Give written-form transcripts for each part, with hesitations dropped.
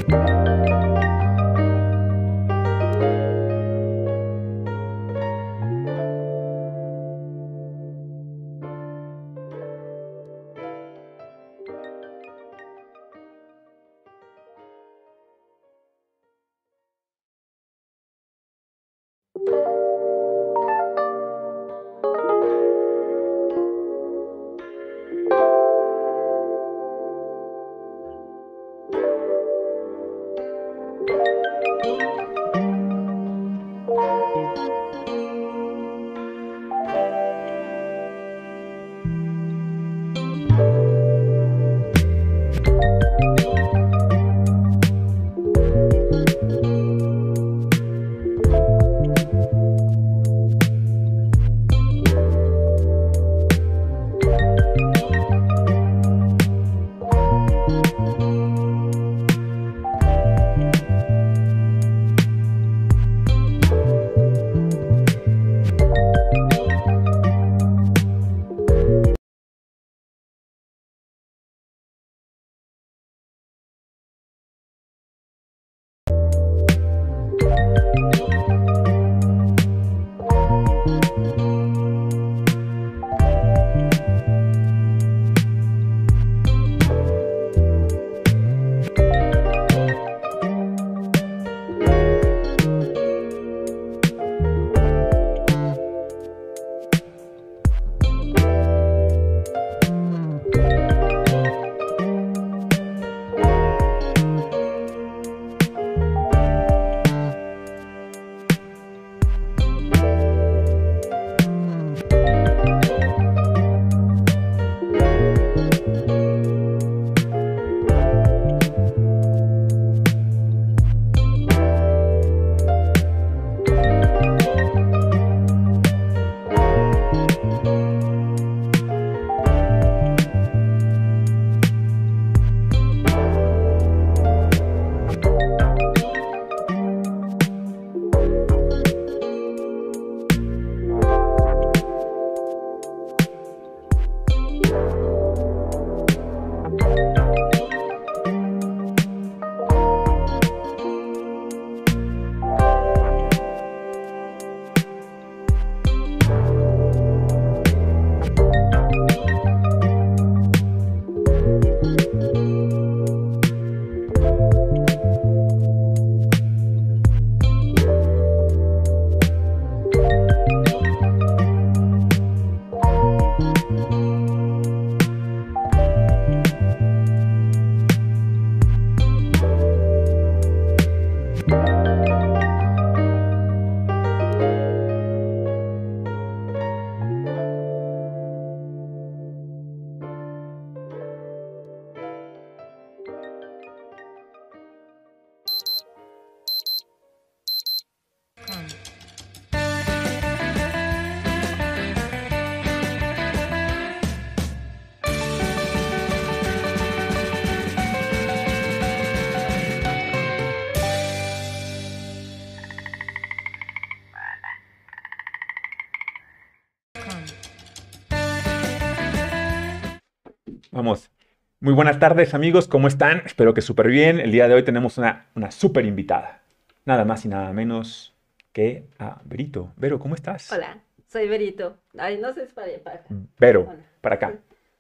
Vamos. Muy buenas tardes, amigos. ¿Cómo están? Espero que súper bien. El día de hoy tenemos una súper invitada. Nada más y nada menos que a Verito. Vero, ¿cómo estás? Hola, soy Verito. Ay, no sé, es para acá. Vero, Hola. para acá.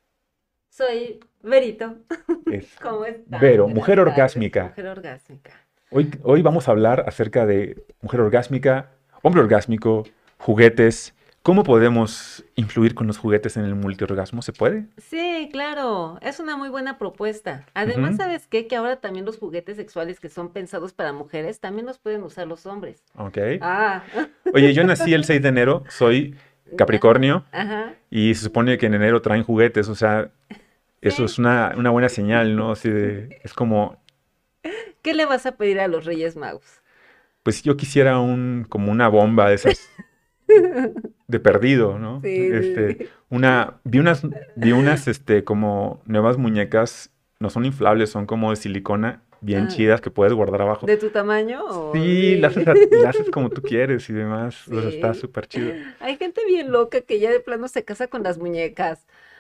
Soy Verito. Es ¿Cómo estás? Vero, Buenas mujer tardes. orgásmica. Mujer orgásmica. Hoy vamos a hablar acerca de mujer orgásmica, hombre orgásmico, juguetes. ¿Cómo podemos influir con los juguetes en el multiorgasmo? ¿Se puede? Sí, claro, es una muy buena propuesta. Además, Ujú. ¿sabes qué? Que ahora también los juguetes sexuales que son pensados para mujeres también los pueden usar los hombres. Ok. Ah, Oye, yo nací el 6 de enero, soy Capricornio ajá. y se supone que en enero traen juguetes, o sea, eso Sí. es una buena señal, ¿no? Así de, es como, ¿Qué le vas a pedir a los Reyes Magos? pues yo quisiera como una bomba de esas de perdido, ¿no? Sí, sí, sí. Vi unas, como nuevas muñecas, no son inflables, son como de silicona, bien Ah, chidas que puedes guardar abajo. ¿de tu tamaño o Sí, las sí? haces, las haces como tú quieres y demás, o sea, está Sí. súper chido. Hay gente bien loca que ya de plano se casa con las muñecas.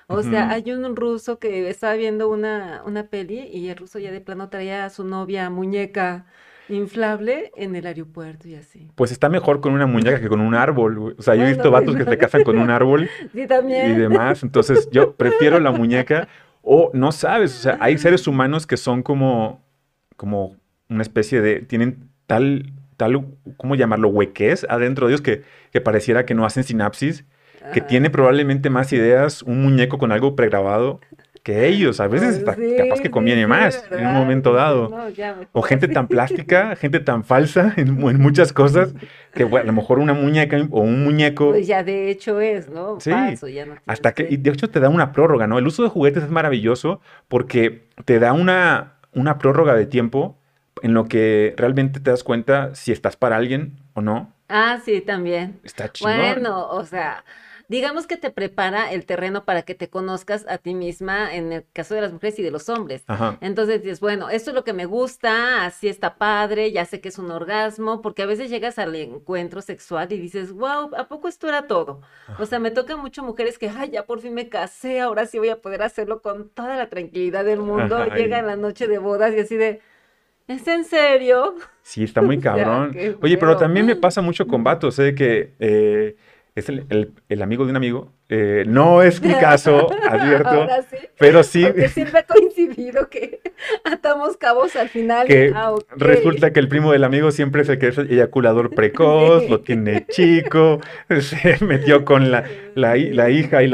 O sea, Ujú. hay un ruso que estaba viendo una peli y el ruso ya de plano traía a su novia muñeca inflable en el aeropuerto y así. Pues está mejor con una muñeca que con un árbol, güey. O sea, yo he Bueno, visto vatos bueno. que se casan con un árbol Sí, y también. demás, entonces yo prefiero la muñeca o no sabes, o sea, hay seres humanos que son como una especie de, tienen tal, ¿cómo llamarlo? Huequez adentro de ellos que pareciera que no hacen sinapsis, que Ajá. tiene probablemente más ideas un muñeco con algo pregrabado que ellos. A Oh, veces está capaz sí, que sí, conviene sí, más en un ¿verdad? momento Dices, dado. no, ya O mejor gente así. tan plástica, gente tan falsa en muchas cosas, que bueno, a lo mejor una muñeca o un muñeco, Pues ya de hecho es, ¿no? sí, Falso, ya no tienes hasta que, y que. de hecho te da una prórroga, ¿no? El uso de juguetes es maravilloso porque te da una prórroga de tiempo en lo que realmente te das cuenta si estás para alguien o no. Ah, sí, también. Está chingón. Bueno, o sea, digamos que te prepara el terreno para que te conozcas a ti misma en el caso de las mujeres y de los hombres. Ajá. Entonces dices, bueno, esto es lo que me gusta, así está padre, ya sé que es un orgasmo, porque a veces llegas al encuentro sexual y dices, wow, ¿a poco esto era todo? O sea, me toca mucho mujeres que, ay, ya por fin me casé, ahora sí voy a poder hacerlo con toda la tranquilidad del mundo. Ajá. Llega en la noche de bodas y así de, ¿es en serio? Sí, está O muy sea, cabrón. qué Oye, pero feo. también me pasa mucho con vatos, ¿eh? Que es el amigo de un amigo. No es mi caso, advierto, Ahora sí, pero sí porque siempre ha coincidido que atamos cabos al final y, que ah, ok. resulta que el primo del amigo siempre es el que es eyaculador precoz, lo Sí. tiene chico, se metió con la hija y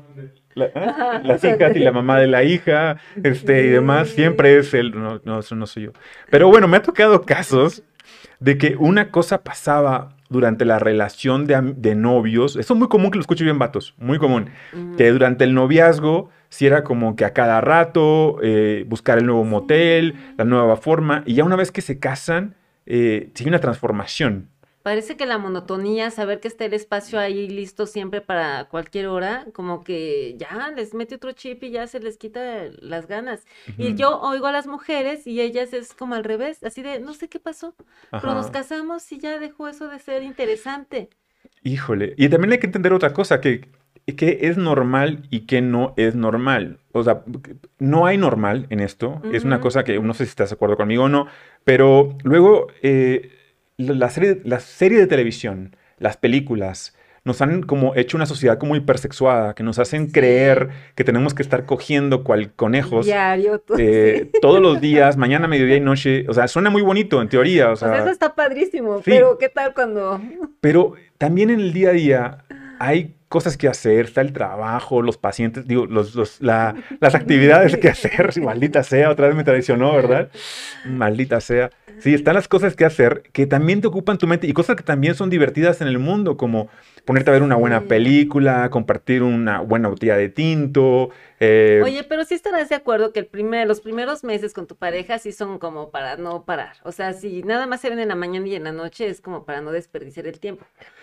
las hijas y la Ándale. mamá de la hija, y demás, Sí. siempre es él. No, no, eso no soy yo. Pero bueno, me ha tocado casos de que una cosa pasaba durante la relación de novios. Eso es muy común que lo escuche bien vatos, muy común. Que Ujú. durante el noviazgo, si era como que a cada rato buscar el nuevo motel, la Sí. nueva forma, y ya una vez que se casan, sí hay una transformación. Parece que la monotonía, saber que está el espacio ahí listo siempre para cualquier hora, como que ya les mete otro chip y ya se les quita las ganas. Y Ujú. yo oigo a las mujeres y ellas es como al revés, así de, no sé qué pasó, pero nos Ajá. casamos y ya dejó eso de ser interesante. Híjole. Y también hay que entender otra cosa, que es normal y que no es normal. O sea, no hay normal en esto. Es una Ujú. cosa que no sé si estás de acuerdo conmigo o no, pero luego la serie de televisión, las películas, nos han como hecho una sociedad como hipersexuada, que nos hacen creer Sí, que tenemos que estar cogiendo cual conejos diario, sí. todos los días, mañana, mediodía y noche. O sea, suena muy bonito en teoría, o O sea, eso sea, está padrísimo, sí, pero ¿qué tal cuando... pero también en el día a día hay cosas que hacer, está el trabajo, los pacientes, digo, las actividades que hacer, Sí. maldita sea, otra vez me traicionó, ¿verdad? Maldita sea. Sí, están las cosas que hacer que también te ocupan tu mente y cosas que también son divertidas en el mundo, como ponerte a ver una buena Sí. película, compartir una buena botella de tinto. Oye, pero sí estarás de acuerdo que los primeros meses con tu pareja sí son como para no parar. O sea, si nada más se ven en la mañana y en la noche es como para no desperdiciar el tiempo.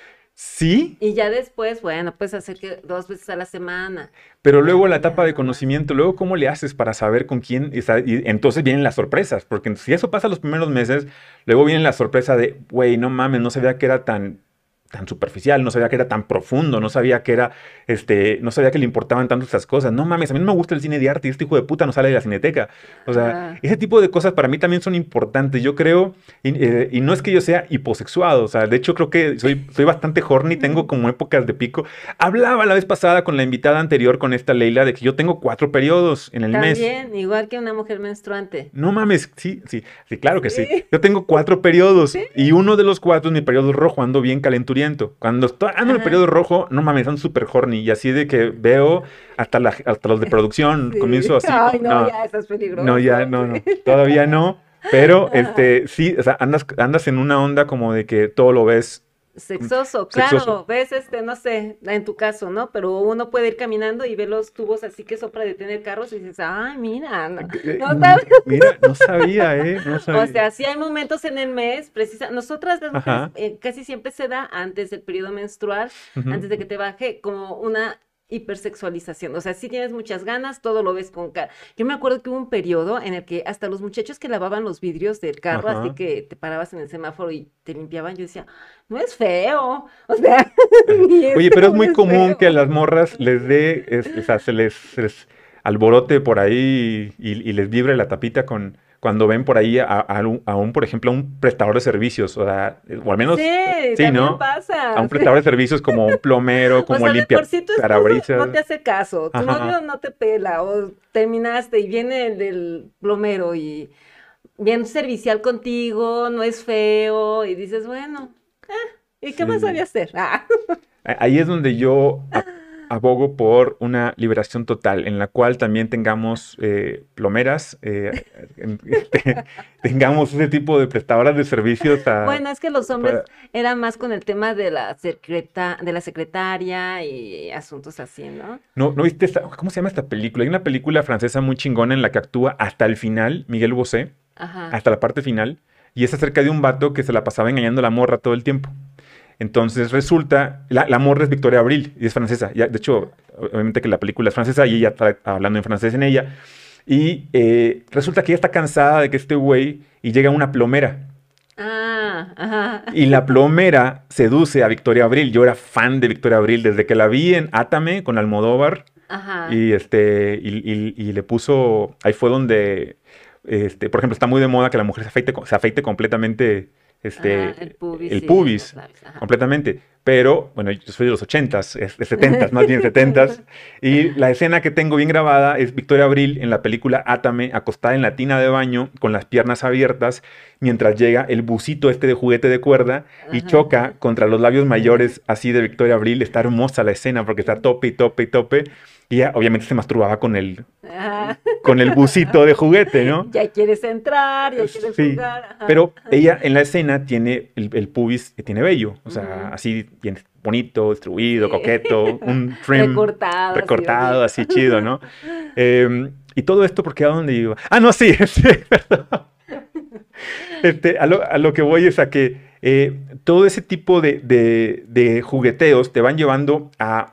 Sí, Y ya después, bueno, pues hacer que 2 veces a la semana. pero luego la Bueno, etapa ya de no más. conocimiento, luego cómo le haces para saber con quién está, y entonces vienen las sorpresas, porque si eso pasa los primeros meses, luego viene la sorpresa de, güey, no mames, no sabía que era tan superficial, no sabía que era tan profundo, no sabía que era, no sabía que le importaban tanto estas cosas. No mames, a mí no me gusta el cine de arte y este hijo de puta no sale de la cineteca. O sea, Ah, ese tipo de cosas para mí también son importantes. Yo creo, y no es que yo sea hiposexuado, o sea, de hecho creo que soy bastante horny, tengo como épocas de pico. Hablaba la vez pasada con la invitada anterior, con esta Leila, de que yo tengo 4 periodos en el mes. también, igual que una mujer menstruante. No mames, sí, sí, sí, claro que sí. Sí, Yo tengo 4 periodos sí, y uno de los 4 es mi periodo rojo, ando bien calenturiento. Cuando ando en el ajá. periodo rojo, no mames, ando súper horny y así de que veo hasta los de producción, comienzo Sí. así Ay, como, no, no, ya estás no, ya, peligroso. no, no, Sí. todavía no, pero Ajá. sí, o sea, andas en una onda como de que todo lo ves Sexoso, sexoso. claro, ves no sé, en tu caso, ¿no? Pero uno puede ir caminando y ve los tubos así que sopra detener carros y dices, ay, mira, no, no sabes. Mira, no sabía, no O sabía. sea, sí hay momentos en el mes, nosotras las mujeres Ajá. casi siempre se da antes del periodo menstrual, Ujú. antes de que te baje, como una hipersexualización. O sea, si tienes muchas ganas, todo lo ves con cara. Yo me acuerdo que hubo un periodo en el que hasta los muchachos que lavaban los vidrios del carro, así Ajá. que te parabas en el semáforo y te limpiaban, yo decía, no es feo. O sea, ni es Oye, pero es feo, no muy es común que a feo. las morras les dé, o sea, se les alborote por ahí y les vibre la tapita con cuando ven por ahí a un, por ejemplo, a un prestador de servicios, o sea, o al menos, Sí, sí, también ¿no? A pasa. un prestador de servicios como un plomero, O como sea, de por limpia sí tu esposo no parabrisas. te hace caso, tu Ajá. novio no te pela, o terminaste y viene el del plomero y bien servicial contigo, no es feo, y dices, bueno, ¿y qué más sabía Sí. hacer? Ah. Ahí es donde yo abogo por una liberación total, en la cual también tengamos plomeras, tengamos ese tipo de prestadoras de servicios Bueno, es que los hombres para- eran más con el tema de la secretaria y asuntos así, ¿no? ¿No viste cómo se llama esta película? Hay una película francesa muy chingona en la que actúa hasta el final Miguel Bosé, Ajá, hasta la parte final, y es acerca de un vato que se la pasaba engañando a la morra todo el tiempo. Entonces resulta, la morra es Victoria Abril y es francesa. De hecho, obviamente que la película es francesa y ella está hablando en francés en ella. Y resulta que ella está cansada de que este güey y llega una plomera. ajá, Y la plomera seduce a Victoria Abril. Yo era fan de Victoria Abril desde que la vi en Átame con Almodóvar. ajá, Y le puso, ahí fue donde, por ejemplo, está muy de moda que la mujer se afeite completamente ajá, el el pubis y los pubis, labios, ajá. completamente. Pero, bueno, yo soy de los ochentas, de setentas, más bien setentas. Y la escena que tengo bien grabada es Victoria Abril en la película Átame, acostada en la tina de baño, con las piernas abiertas, mientras llega el busito este de juguete de cuerda y Ajá. choca contra los labios mayores así de Victoria Abril. Está hermosa la escena porque está tope y tope y tope. Y ella obviamente se masturbaba Ajá. con el busito de juguete, ¿no? Ya quieres entrar, ya quieres Sí. jugar, ajá. Pero ella en la escena tiene el pubis que tiene vello, o sea, Ujú, así bien bonito, distribuido, sí. coqueto, un trim Recortado, así, recortado, oye. así chido, ¿no? Y todo esto porque a dónde iba. Ah, no, sí, perdón. A lo que voy es a que todo ese tipo de jugueteos te van llevando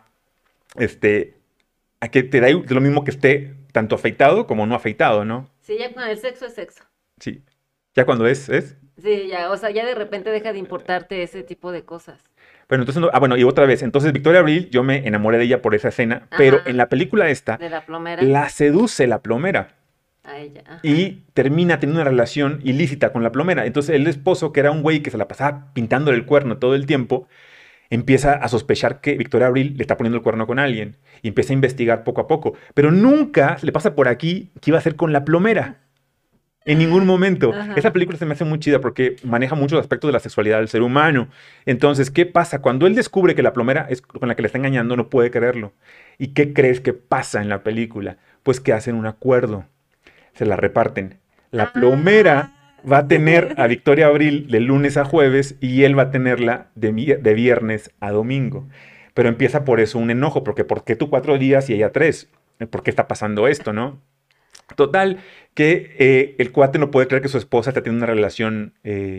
este, a que te da lo mismo que esté tanto afeitado como no afeitado, ¿no? Sí, ya con el sexo es sexo. Sí. Ya cuando es. Sí, ya, o sea, ya de repente deja de importarte ese tipo de cosas. Bueno, entonces, bueno, y otra vez, entonces Victoria Abril, yo me enamoré de ella por esa escena, pero en Ajá, la película esta, de la plomera la seduce la plomera a ella, ajá. y termina teniendo una relación ilícita con la plomera. Entonces el esposo, que era un güey que se la pasaba pintándole el cuerno todo el tiempo, empieza a sospechar que Victoria Abril le está poniendo el cuerno con alguien y empieza a investigar poco a poco, pero nunca se le pasa por aquí que iba a hacer con la plomera. En ningún momento. Esa Ajá. película se me hace muy chida porque maneja muchos aspectos de la sexualidad del ser humano. Entonces, ¿qué pasa? Cuando él descubre que la plomera es con la que le está engañando, no puede creerlo. ¿Y qué crees que pasa en la película? Pues que hacen un acuerdo. Se la reparten. La Ah. plomera va a tener a Victoria Abril de lunes a jueves y él va a tenerla de viernes a domingo. Pero empieza por eso un enojo, porque ¿por qué tú 4 días y ella 3? ¿Por qué está pasando esto, no? Total, que el cuate no puede creer que su esposa está teniendo una relación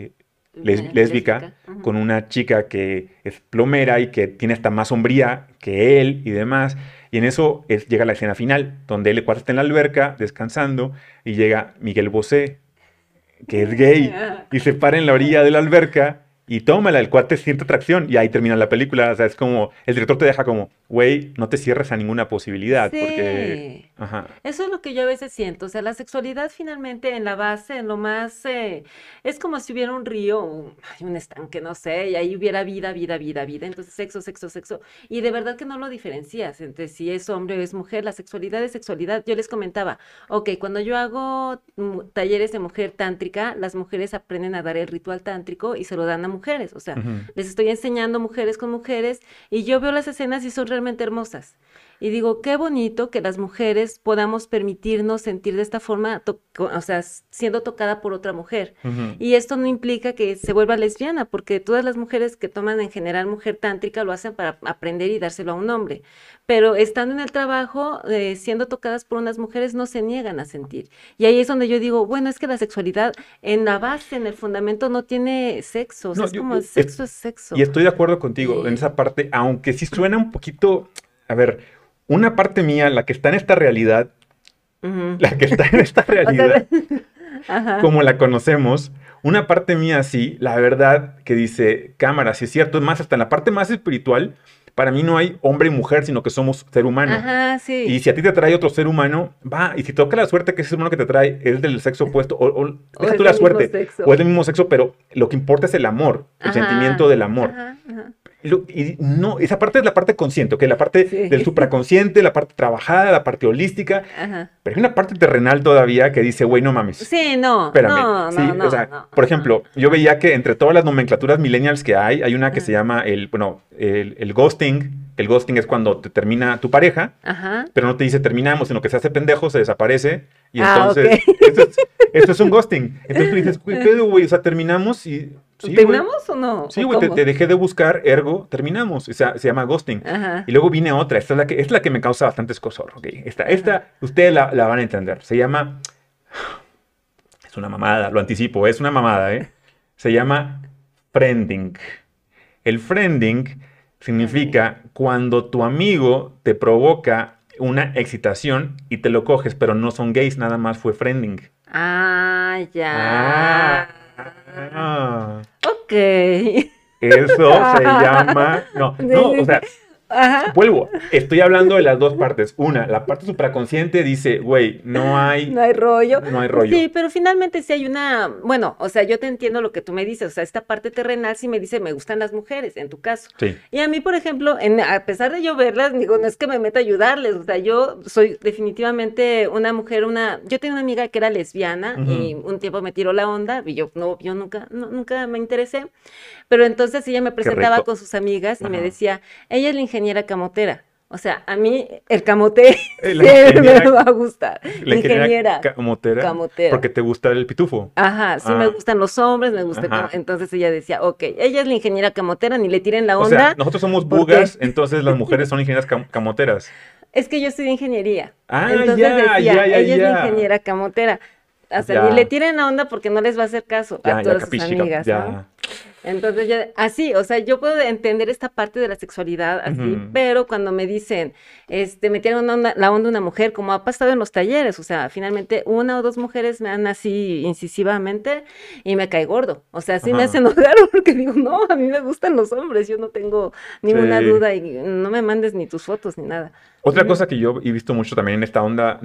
lésbica Lésbica. Ujú. con una chica que es plomera y que tiene hasta más sombría que él y demás. Y en eso llega la escena final, donde el cuate está en la alberca descansando y llega Miguel Bosé, que es gay, Ajá. y se para en la orilla de la alberca y tómala, el cuate siente atracción y ahí termina la película. O sea, es como, el director te deja como, güey, no te cierres a ninguna posibilidad, porque... Sí, Ajá. eso es lo que yo a veces siento, o sea, la sexualidad finalmente en la base, en lo más, es como si hubiera un río, ay, un estanque, no sé, y ahí hubiera vida, vida, vida, vida, entonces sexo, sexo, sexo, y de verdad que no lo diferencias entre si es hombre o es mujer, la sexualidad es sexualidad. Yo les comentaba, ok, cuando yo hago talleres de mujer tántrica, las mujeres aprenden a dar el ritual tántrico y se lo dan a mujeres, o sea, Ujú. les estoy enseñando mujeres con mujeres y yo veo las escenas y son realmente hermosas. Y digo, qué bonito que las mujeres podamos permitirnos sentir de esta forma, o sea, siendo tocada por otra mujer. Ujú. Y esto no implica que se vuelva lesbiana, porque todas las mujeres que toman en general mujer tántrica lo hacen para aprender y dárselo a un hombre. Pero estando en el trabajo, siendo tocadas por unas mujeres, no se niegan a sentir. Y ahí es donde yo digo, bueno, es que la sexualidad en la base, en el fundamento, no tiene sexo. O sea, No, es como el sexo es y sexo. estoy de acuerdo contigo en Y esa parte, aunque sí suena un poquito, a ver, una parte mía, la que está en esta realidad, Ujú. la que está en esta O sea, realidad, ajá, como la conocemos, una parte mía sí, la verdad que dice, cámara, sí es cierto, es más, hasta en la parte más espiritual, para mí no hay hombre y mujer, sino que somos ser humano. ajá, Y sí. si a ti te atrae otro ser humano, va, y si toca la suerte que ese ser humano que te atrae es del sexo opuesto, O deja es tú la del mismo suerte, o sexo. es del mismo sexo, pero lo que importa es el amor, el sentimiento Ajá, del amor. ajá, ajá. Y no, esa parte es la parte consciente, ¿ok? La parte del Sí. supraconsciente, la parte trabajada, la parte holística, Ajá. pero hay una parte terrenal todavía que dice, güey, no mames. Sí, no, Espérame, no, no, sí, o no, sea, no, por no. ejemplo, yo veía que entre todas las nomenclaturas millennials que hay una que se Ajá. llama el ghosting. El ghosting es cuando te termina tu pareja, Ajá. pero no te dice terminamos, sino que se hace pendejo, se desaparece, y Ah, ok. entonces, esto es un ghosting. Entonces tú dices, güey, pedo, güey, o sea, terminamos y, sí, güey, ¿Terminamos o no? sí, ¿O güey, te cómo? dejé de buscar, ergo, terminamos, o sea, se llama ghosting. Y Ajá, luego viene otra, es la que me causa bastante escosor, ok. ajá. Ustedes la van a entender, se llama, es una mamada, lo anticipo, es una mamada, ¿eh? Se llama friending. El friending Friendly. significa cuando tu amigo te provoca una excitación y te lo coges, pero no son gays, nada más fue friending. Ah, Ah, ya. ah, Ok. eso se llama. No, Sí, no, o sí, sí. sea, Ajá. vuelvo. Estoy hablando de las dos partes. Una, la parte supraconsciente dice, güey, No hay rollo. no hay Pues rollo. sí, pero finalmente sí hay una, bueno, o sea, yo te entiendo lo que tú me dices, o sea, esta parte terrenal sí me dice, me gustan las mujeres, en tu caso. Sí. Y a mí, por ejemplo, a pesar de yo verlas, digo, no es que me meta a ayudarles, o sea, yo soy definitivamente una mujer, yo tenía una amiga que era lesbiana y Ujú. un tiempo me tiró la onda y yo nunca, nunca me interesé, pero entonces ella me Qué presentaba rico. con sus amigas y me Ajá. decía, ella es la ingeniera camotera. O sea, a mí el camote La siempre me ingeniera, va a gustar. la ingeniera Ingeniera camotera, camotera. porque te gusta el pitufo. Ajá, sí me Ah, gustan los hombres, me gusta ajá. entonces ella decía, ok, ella es la ingeniera camotera, ni le tiren la O sea, onda, nosotros somos porque bugas, entonces las mujeres son ingenieras camoteras. es que yo estudié ingeniería. Ah, Entonces ya, decía, ya, ya, ella es la ya. ingeniera camotera. O sea, ni le Ya, tiren la onda porque no les va a hacer caso a ya, ya, todas sus capichi, amigas, ¿no? ya. Entonces yo, así, o sea, yo puedo entender esta parte de la sexualidad así, Ujú. pero cuando me dicen, me tiran la onda una mujer, como ha pasado en los talleres, o sea, finalmente una o dos mujeres me han así incisivamente y me cae gordo, o sea, sí me hace Ajá. enojar porque digo, no, a mí me gustan los hombres, yo no tengo ninguna Sí. duda y no me mandes ni tus fotos ni nada. Otra Ujú, cosa que yo he visto mucho también en esta onda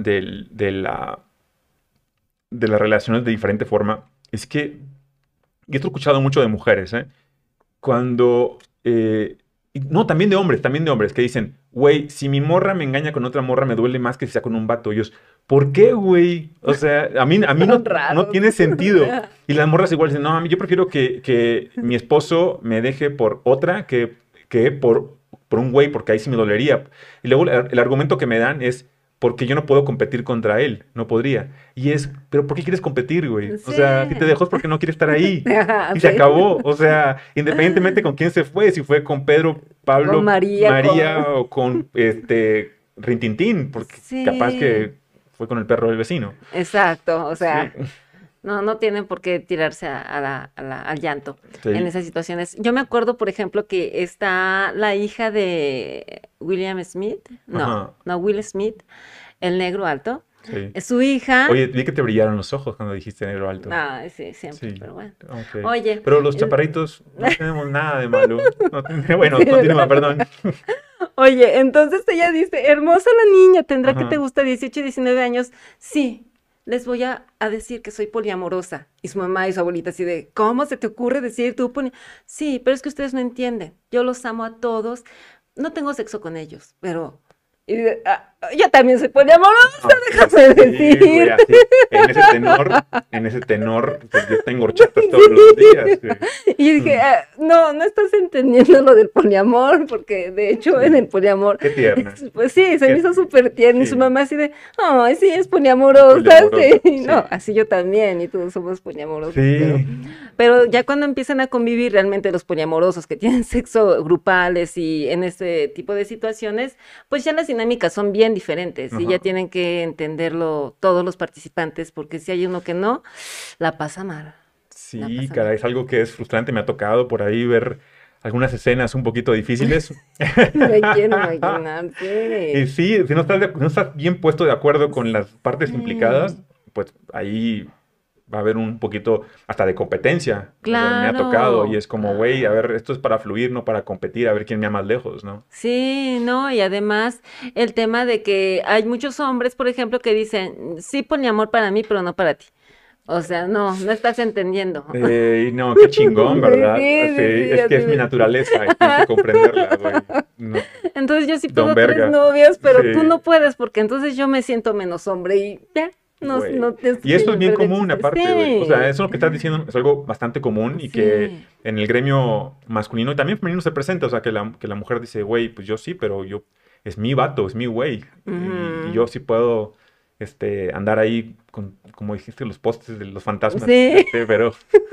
de las relaciones de diferente forma es que, y esto he escuchado mucho de mujeres, ¿eh? Cuando, no, también de hombres, que dicen, güey, si mi morra me engaña con otra morra, me duele más que si sea con un vato. Y ellos, ¿por qué, güey? O sea, a mí son no raros. tiene sentido. Y las morras igual dicen, no, a mí yo prefiero que mi esposo me deje por otra que por un güey, porque ahí sí me dolería. Y luego el argumento que me dan es, porque yo no puedo competir contra él, no podría. Y es, pero ¿por qué quieres competir, güey? O Sí, sea, si te dejó es porque no quiere estar ahí. ajá, Y se sí. acabó. O sea, independientemente con quién se fue, si fue con Pedro, Con Pablo, María, María con... o con Rintintín, porque capaz Sí, que fue con el perro del vecino. exacto, o Sí, sea, no tienen por qué tirarse al llanto en sí, esas situaciones. Yo me acuerdo, por ejemplo, que está la hija de William Smith, ajá, no, Will Smith, el negro alto. sí. Es su hija, Oye, vi que te brillaron los ojos cuando dijiste negro alto. sí, siempre, Sí, pero bueno. ok. Oye, Pero los el- chaparritos no tenemos nada de malo. Bueno, sí, continúa, ¿verdad? perdón. Oye, entonces ella dice, hermosa la niña, tendrá que te Ajá. gusta 18, 19 años. Sí, les voy a decir que soy poliamorosa. Y su mamá y su abuelita así de, ¿cómo se te ocurre decir tú? Sí, pero es que ustedes no entienden. Yo los amo a todos. No tengo sexo con ellos, pero... yo también soy poliamorosa, No, pues déjame sí, güey, decir. así, en ese tenor, pues yo tengo horchatas todos los días, güey. Y yo dije, Mm, no estás entendiendo lo del poliamor, porque de hecho en el sí, poliamor, qué tierna, pues sí, se me qué, hizo súper tierno. Y su sí, mamá así de, ay, sí, es poliamorosa, poliamorosa, sí. sí, No, así yo también, y todos somos poliamorosos, sí, pero ya cuando empiezan a convivir realmente los poliamorosos que tienen sexo grupales y en este tipo de situaciones, pues ya las dinámicas son bien diferentes y ya ajá. tienen que entenderlo todos los participantes, porque si hay uno que no, la pasa mal, la Sí, pasa caray, mal. es algo que es frustrante, me ha tocado por ahí ver algunas escenas un poquito difíciles. Me quiero imaginar, Y sí. sí, si no estás bien puesto de acuerdo con las partes implicadas, Sí, pues ahí va a haber un poquito hasta de competencia. O sea, me ha tocado y claro. es como, güey, a ver, esto es para fluir, no para competir, a ver quién me va más lejos, ¿no? Sí, no, y además el tema de que hay muchos hombres, por ejemplo, que dicen, sí pone amor para mí, pero no para ti. O sea, no, no estás entendiendo. Y no, qué chingón, Sí, ¿verdad? Sí, sí, sí, es que así es mi de... naturaleza y tienes que comprenderla, güey. No, Entonces yo sí don puedo tres verga. novias, pero tú Sí, no puedes porque entonces yo me siento menos hombre y ya, no, güey. no, esto Y eso tiene es el bien verde común chiste. aparte, güey. O sea, Sí, eso lo que estás diciendo es algo bastante común y que sí. en el gremio masculino y también femenino se presenta. O sea, que la mujer dice, güey, pues yo sí, pero yo, es mi vato, es mi güey. Y yo Ujú. sí puedo, andar ahí con, como dijiste, los postes de los fantasmas. Sí, Pero,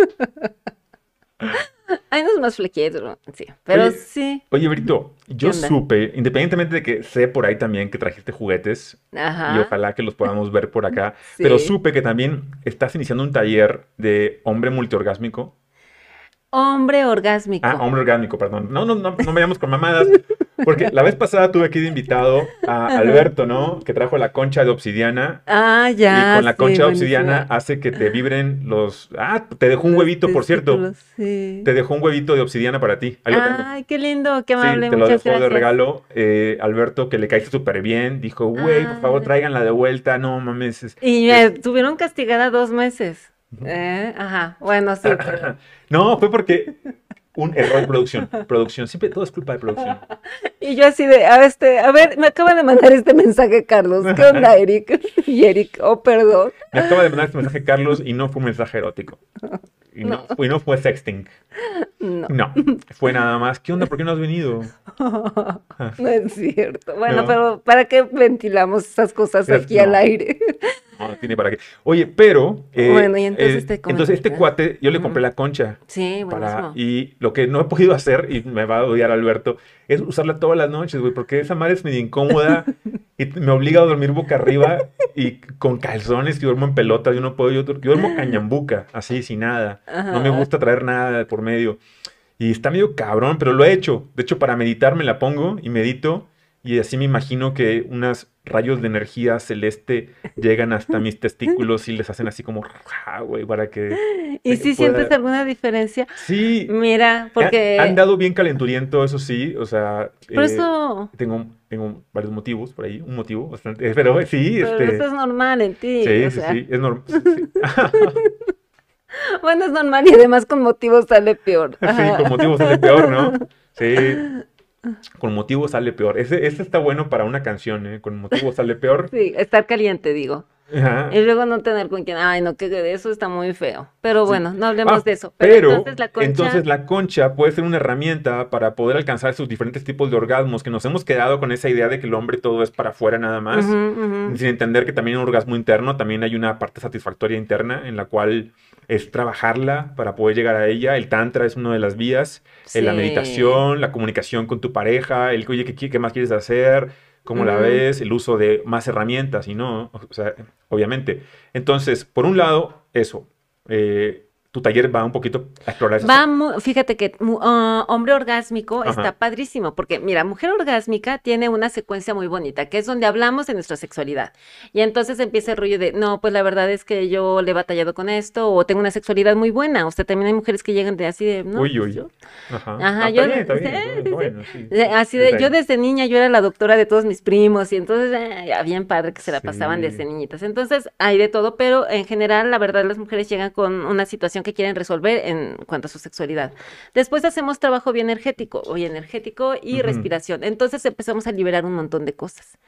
hay unos más flequitos, ¿no? Sí, pero oye, sí. oye, Brito, ¿Qué yo onda? supe, independientemente de que sé por ahí también que trajiste juguetes y Ajá, ojalá que los podamos ver por acá, pero sí. supe que también estás iniciando un taller de hombre multiorgásmico. Hombre Ah, orgásmico. hombre orgánico, perdón. No me vayamos con mamadas, porque la vez pasada tuve aquí de invitado a Ajá. Alberto, ¿no? Que trajo la concha de obsidiana Ah, y ya, con la sí, concha de obsidiana buenísima. hace que te vibren los... Ah, te dejó un Los huevito, por cierto. testículos, sí. Te dejó un huevito de obsidiana para ti. Ahí lo tengo. Ay, qué lindo, qué Sí, amable, te lo muchas dejó de gracias. regalo Alberto, que le caíste súper bien. Dijo, güey, por favor, Ah, tráiganla de vuelta. No mames. y me Es- tuvieron castigada 2 meses. Ajá, bueno, sí, pero... No, fue porque un error de producción. Producción, siempre todo es culpa de producción. Y yo así de, a ver, me acaba de mandar este mensaje Carlos. ¿Qué onda, Eric? Y Eric, oh, perdón. Me acaba de mandar este mensaje Carlos y no fue un mensaje erótico. No, Y no fue sexting. no. No, fue nada más. ¿Qué onda? ¿Por qué no has venido? Ah, No es cierto. Bueno, no, pero ¿para qué ventilamos esas cosas aquí al no. aire? No, no tiene para qué. Oye, pero, Bueno, y entonces te entonces este comenté. cuate, yo le compré Ujú. la concha Sí, para, buenísimo. y lo que no he podido hacer, y me va a odiar Alberto, es usarla todas las noches, güey, porque esa madre es medio incómoda y me obliga a dormir boca arriba y con calzones que duermo en pelotas, yo no puedo, yo duermo cañambuca, así, sin nada. No me Ajá. gusta traer nada de por medio. Y está medio cabrón, pero lo he hecho. De hecho, para meditar me la pongo y medito. Y así me imagino que unos rayos de energía celeste llegan hasta mis testículos y les hacen así como, güey, para que ¿Y si sientes pueda... alguna diferencia? Sí, Mira, han porque dado bien calenturiento, eso sí. O sea, por eso, tengo varios motivos por ahí. Un motivo bastante... pero sí, pero eso es normal en ti, o Sí, sí, sea, sí, es normal. Sí. bueno, es normal y además con motivos sale peor. Sí, con Ajá. motivo sale peor, ¿no? Sí, con motivo sale peor. Ese está bueno para una canción, ¿eh? Con motivo sale peor. Sí, estar caliente, digo. Ajá. Y luego no tener con quién, ay, no, que eso está muy feo. Pero Sí. bueno, no hablemos Ah, de eso. Pero pero entonces la concha, entonces la concha puede ser una herramienta para poder alcanzar sus diferentes tipos de orgasmos, que nos hemos quedado con esa idea de que el hombre todo es para afuera nada más, ujú, ujú. sin entender que también hay un orgasmo interno, también hay una parte satisfactoria interna en la cual es trabajarla para poder llegar a ella. El tantra es una de las vías, la Sí. meditación, la comunicación con tu pareja, el oye, qué más quieres hacer? ¿Cómo la Ujú. ves? El uso de más herramientas y no, o sea, obviamente. Entonces, por un lado, eso. Tu taller va un poquito a explorar esas. Fíjate que hombre orgásmico está Ajá. padrísimo, porque mira, mujer orgásmica tiene una secuencia muy bonita, que es donde hablamos de nuestra sexualidad. Y entonces empieza el rollo de, no, pues la verdad es que yo le he batallado con esto, o tengo una sexualidad muy buena. O sea, también hay mujeres que llegan de así de, no, Uy, pues uy. yo. Ajá. No, Ajá, está sí, bien, está sí, sí. bueno, sí. Así de, yo Detalle. desde niña yo era la doctora de todos mis primos y entonces ya bien padre que se la pasaban desde Sí. niñitas. Entonces hay de todo, pero en general la verdad las mujeres llegan con una situación que quieren resolver en cuanto a su sexualidad. Después hacemos trabajo bioenergético y Ujú. respiración. Entonces empezamos a liberar un montón de cosas.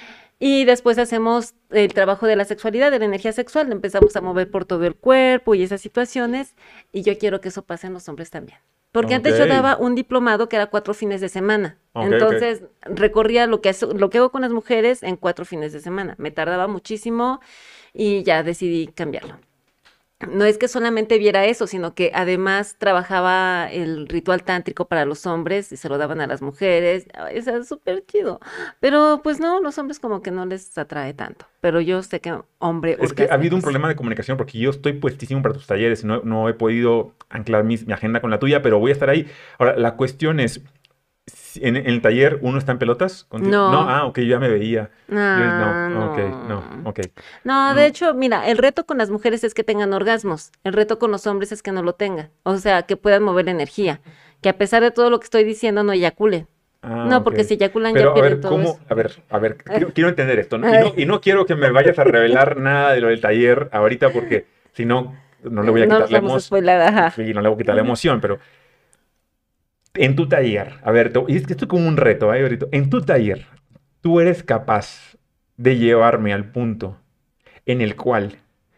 Y después hacemos el trabajo de la sexualidad, de la energía sexual, empezamos a mover por todo el cuerpo y esas situaciones, y yo quiero que eso pase en los hombres también. Porque Ok. antes yo daba un diplomado que era 4 fines de semana. Ok. Entonces recorría lo que hago con las mujeres en 4 fines de semana. Me tardaba muchísimo y ya decidí cambiarlo. no es que solamente viera eso, sino que además trabajaba el ritual tántrico para los hombres y se lo daban a las mujeres. Ay, o sea, súper chido. Pero pues no, los hombres como que no les atrae tanto. Pero yo sé que hombre Es que ha habido un orgásmicos. problema de comunicación porque yo estoy puestísimo para tus talleres y no he podido anclar mi agenda con la tuya, pero voy a estar ahí. Ahora, la cuestión es, en el taller uno está en pelotas contigo. No, No, ok, yo ya me veía. No, ah, ok, no, no. ok. No, de Mm, hecho, mira, el reto con las mujeres es que tengan orgasmos. El reto con los hombres es que no lo tengan. O sea, que puedan mover la energía. Que a pesar de todo lo que estoy diciendo, no eyaculen. Ah, No, ok. porque si eyaculan ya Pero a pierden ver, todo ¿cómo? eso. A ver, quiero entender esto, ¿no? Ay, Y no quiero que me vayas a revelar nada de lo del taller ahorita porque si no, no le voy a no quitar nos la vamos a emoción. spoiler, ajá. Sí, no le voy a quitar la Ujú. emoción, pero en tu taller, a ver, y es que esto es como un reto, ¿eh? Ahorita, en tu taller, tú eres capaz de llevarme al punto en el cual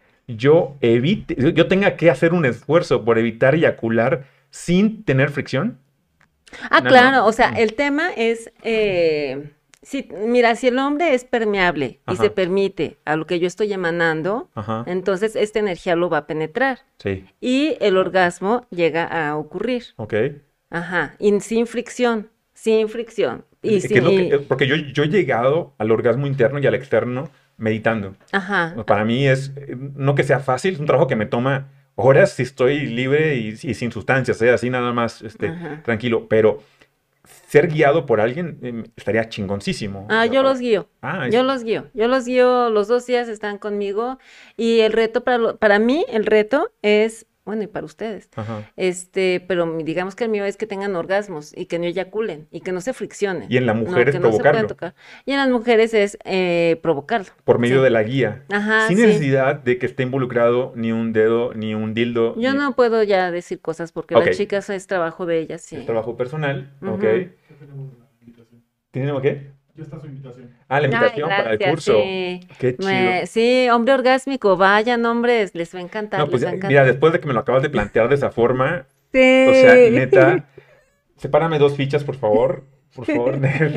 yo tenga que hacer un esfuerzo por evitar eyacular sin tener fricción. Ah, No, no. claro, o sea, el tema es, si, mira, si el hombre es permeable y se Ajá, permite a lo que yo estoy emanando, ajá, entonces esta energía lo va a penetrar sí, y el orgasmo llega a ocurrir. ok. Ajá, y sin fricción, sin fricción. Y ¿Qué sin, es lo que, porque yo he llegado al orgasmo interno y al externo meditando. ajá, Para mí es, no que sea fácil, es un trabajo que me toma horas si estoy libre y sin sustancias, así nada más ajá. tranquilo, pero ser guiado por alguien estaría chingoncísimo. O Ah, sea, yo los guío, ah, yo los guío, yo los guío, los 2 días están conmigo y el reto para mí, el reto es, bueno, y para ustedes, ajá. pero digamos que el mío es que tengan orgasmos y que no eyaculen y que no se friccionen, Y en la mujer no, es que no se puedan provocarlo tocar. Y en las mujeres es provocarlo, por medio sí. de la guía, Ajá, sin sí. necesidad de que esté involucrado ni un dedo, ni un dildo, Yo ni... no puedo ya decir cosas porque Ok, las chicas es trabajo de ellas, es sí. trabajo personal, ok. Ujú. Ya tenemos la invitación. ¿Tiene qué? Ya está su invitación. Ah, la Ay, invitación para el gracias, curso. sí. Qué chido. Sí, hombre orgásmico, vayan, hombres, les va a encantar, No, pues les va a mira, encantar. después de que me lo acabas de plantear de esa forma, o sea, Sí. neta, sepárame 2 fichas, por favor. Por favor.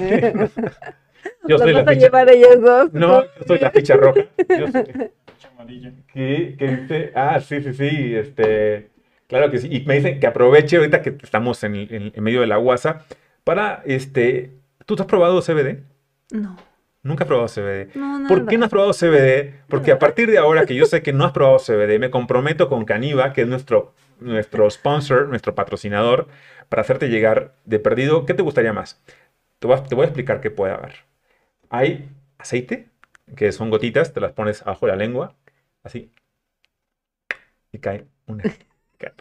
Yo Las soy vas la a ficha. llevar ellas dos. No, yo soy la ficha roja. Yo soy. Ficha amarilla. ¿Qué dice? Ah, sí, sí, sí. Claro que sí. Y me dicen que aproveche ahorita que estamos en medio de la guasa para, ¿tú has probado CBD? No, Nunca has probado CBD. no, ¿Por qué no nada. has probado CBD? Porque a partir de ahora que yo sé que no has probado CBD, me comprometo con Caniva, que es nuestro sponsor, nuestro patrocinador, para hacerte llegar de perdido. ¿Qué te gustaría más? Te voy a explicar qué puede haber. Hay aceite, que son gotitas, te las pones abajo de la lengua, así, y cae una. cae-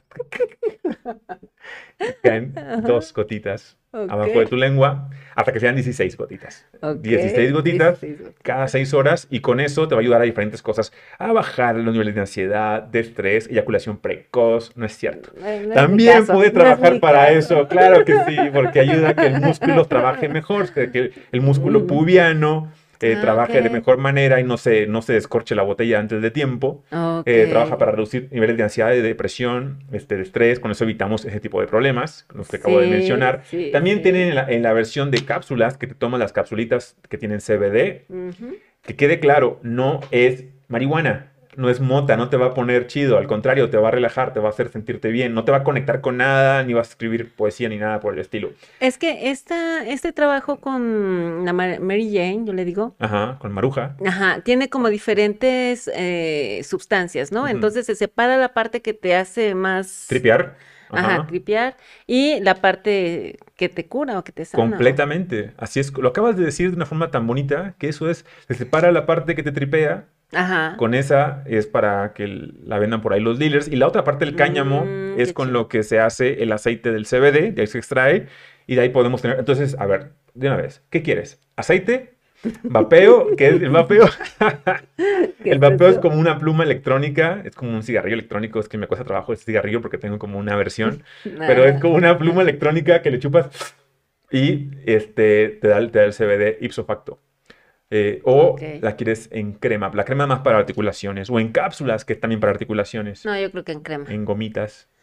Caen Ajá, 2 gotitas ok, abajo de tu lengua hasta que sean 16 gotitas. ok, 16 gotitas 16 cada gotitas. 6 horas y con eso te va a ayudar a diferentes cosas, a bajar los niveles de ansiedad, de estrés, eyaculación precoz, no es cierto. Ay, no es mi También caso, puede no es trabajar mi para caso. eso, claro que sí, porque ayuda a que el músculo trabaje mejor, que el músculo Mm, pubiano ok, trabaje de mejor manera y no se descorche la botella antes de tiempo. ok. Trabaja para reducir niveles de ansiedad, de depresión, de estrés. Con eso evitamos ese tipo de problemas, los que acabo de Sí, mencionar. sí, También tienen sí. en la versión de cápsulas, que te toman las capsulitas que tienen CBD. Ujú. Que quede claro, no es marihuana, no es mota, no te va a poner chido. Al contrario, te va a relajar, te va a hacer sentirte bien. No te va a conectar con nada, ni vas a escribir poesía, ni nada por el estilo. Es que este trabajo con la Mary Jane, yo le digo, Ajá, con maruja. ajá, tiene como diferentes sustancias, ¿no? Ujú. Entonces se separa la parte que te hace más, Tripear. ajá, Ajá. tripear y la parte que te cura o que te sana. Completamente. Así es. Lo acabas de decir de una forma tan bonita que eso es, se separa la parte que te tripea. Ajá. Con esa es para que la vendan por ahí los dealers. Y la otra parte del cáñamo es Qué con chido. lo que se hace el aceite del CBD, de ahí se extrae. Y de ahí podemos tener. Entonces, a ver, de una vez, ¿qué quieres? ¿Aceite? ¿Vapeo? ¿Qué es el vapeo? ¿Qué El es vapeo es eso? como una pluma electrónica, es como un cigarrillo electrónico, es que me cuesta trabajo ese cigarrillo porque tengo como una versión, pero es Ah, como una pluma electrónica que le chupas y te da el CBD ipso facto. O ok. la quieres en crema, la crema más para articulaciones, o en cápsulas, que es también para articulaciones, No, yo creo que en crema. en gomitas.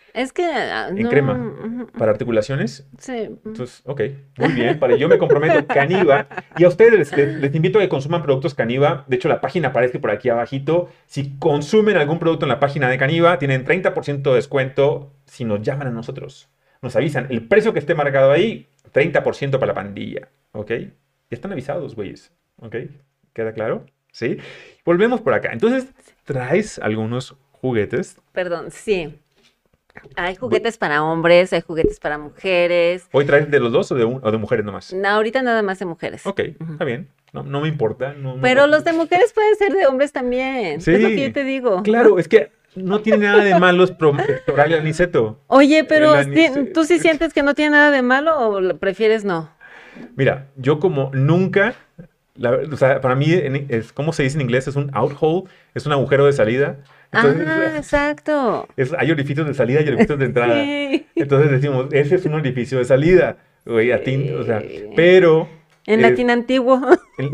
Es que En no. crema. Para articulaciones. Sí. Entonces, ok, muy bien. Yo me comprometo. Caniva. Y a ustedes les invito a que consuman productos Caniva. De hecho, la página aparece por aquí abajito. Si consumen algún producto en la página de Caniva, tienen 30% de descuento si nos llaman a nosotros. Nos avisan. El precio que esté marcado ahí, 30% para la pandilla. ¿Ok? Ya están avisados, güeyes. ¿Ok? ¿Queda claro? ¿Sí? Volvemos por acá. Entonces, traes algunos juguetes. Perdón, sí. Hay juguetes para hombres, hay juguetes para mujeres. ¿Hoy traes de los dos o de mujeres nomás? No, ahorita nada más de mujeres. Ok, está bien. No me importa. Pero los de mujeres pueden ser de hombres también. Sí, Es lo que yo te digo. claro, es que no tiene nada de malo explorar el aniceto. Oye, pero El aniceto. ¿tú sí sientes que no tiene nada de malo o prefieres no? Mira, yo como nunca, o sea, para mí, es como se dice en inglés, es un outhole, es un agujero de salida. Entonces, Exacto. hay orificios de salida y orificios de entrada. Sí. Entonces decimos, ese es un orificio de salida. Güey, o sea, pero... En latín antiguo. el-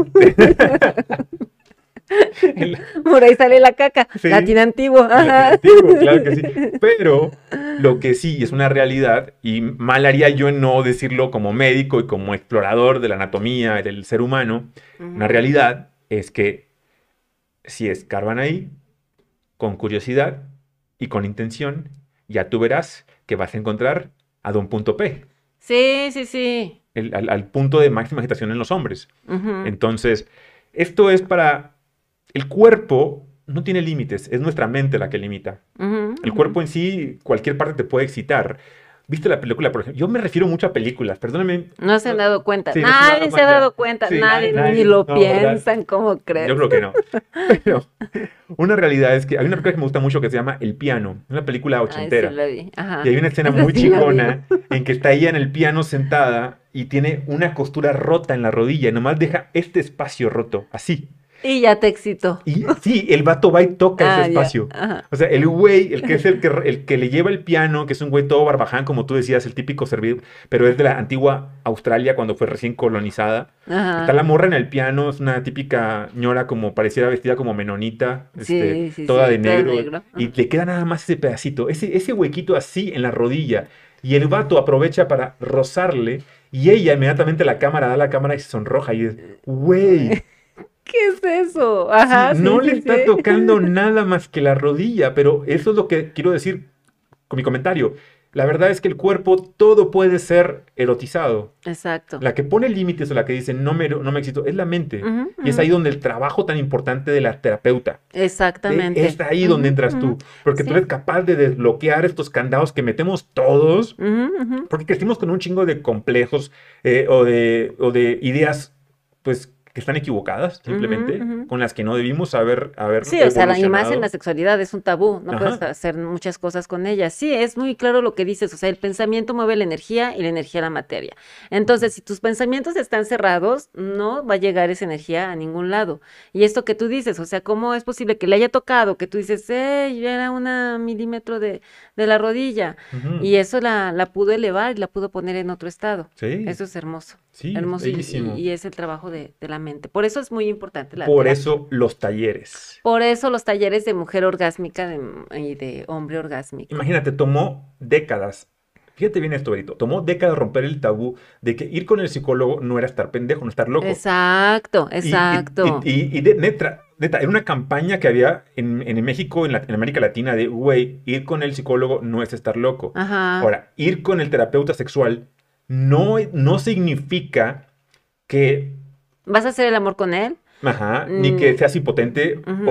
el- Por ahí sale la caca. Sí. Latín antiguo. Ajá. Antiguo, claro que sí. Pero lo que sí es una realidad, y mal haría yo en no decirlo como médico y como explorador de la anatomía y del ser humano, una realidad es que si escarban ahí, con curiosidad y con intención, ya tú verás que vas a encontrar a don punto P, Sí, sí, sí. al punto de máxima agitación en los hombres. Ujú, Entonces, esto es para... El cuerpo no tiene límites, es nuestra mente la que limita. ujú, El ujú. cuerpo en sí, cualquier parte te puede excitar. ¿Viste la película, por ejemplo? Yo me refiero mucho a películas, perdóname. No se han dado cuenta. Sí, no se han dado Nadie se ha cuenta. dado cuenta. Sí, Nadie nadie, ni lo no, ¿verdad? piensan, ¿cómo crees? Yo creo que no. Pero una realidad es que hay una película que me gusta mucho que se llama El Piano, una película Ay, ochentera. sí la vi. Ajá. Y hay una escena Esa muy sí la vi. chingona en que está ella en el piano sentada y tiene una costura rota en la rodilla y nomás deja este espacio roto, así. Y ya te excitó. Y sí, el vato va y toca Ah, ese ya. espacio. Ajá. O sea, el güey, el que es el que le lleva el piano, que es un güey todo barbaján, como tú decías, el típico servir, pero es de la antigua Australia cuando fue recién colonizada. Ajá. Está la morra en el piano, es una típica ñora como pareciera vestida como menonita, Sí, sí, toda sí, de todo negro. negro. Y Ajá. le queda nada más ese pedacito, ese huequito así en la rodilla. Y el vato aprovecha para rozarle y ella inmediatamente da la cámara y se sonroja y es, güey. ¿Qué es eso? Ajá, Sí, sí, no sí, le está sí. tocando nada más que la rodilla, pero eso es lo que quiero decir con mi comentario. La verdad es que el cuerpo todo puede ser erotizado. Exacto. La que pone límites o la que dice no me excito es la mente. Ujú, Y es ujú. ahí donde el trabajo tan importante de la terapeuta. Exactamente. Es ahí donde Ujú, entras ujú. tú. Porque tú Sí. eres capaz de desbloquear estos candados que metemos todos. Ujú, ujú. Porque crecimos con un chingo de complejos o de ideas, pues, que están equivocadas, simplemente, Ujú, ujú. con las que no debimos haber Sí, o sea, y más en evolucionado. la sexualidad es un tabú, no puedes Ajá. hacer muchas cosas con ella. Sí, es muy claro lo que dices, o sea, el pensamiento mueve la energía y la energía la materia. Entonces, si tus pensamientos están cerrados, no va a llegar esa energía a ningún lado. Y esto que tú dices, o sea, ¿cómo es posible que le haya tocado, que tú dices, yo era una milímetro de la rodilla? Ujú. Y eso la pudo elevar y la pudo poner en otro estado. Sí, Eso es hermoso, sí, hermoso bellísimo. y es el trabajo de la mente. Por eso es muy importante la Por terapia. eso los talleres. Por eso los talleres de mujer orgásmica y de hombre orgásmico. Imagínate, tomó décadas. Fíjate bien esto, Berito. Tomó décadas romper el tabú de que ir con el psicólogo no era estar pendejo, no estar loco. Exacto, exacto. Neta, era una campaña que había en México, en América Latina, de, güey, ir con el psicólogo no es estar loco. Ajá. Ahora, ir con el terapeuta sexual no significa que, ¿Vas a hacer el amor con él? ajá, ni que Mm, seas impotente ujú,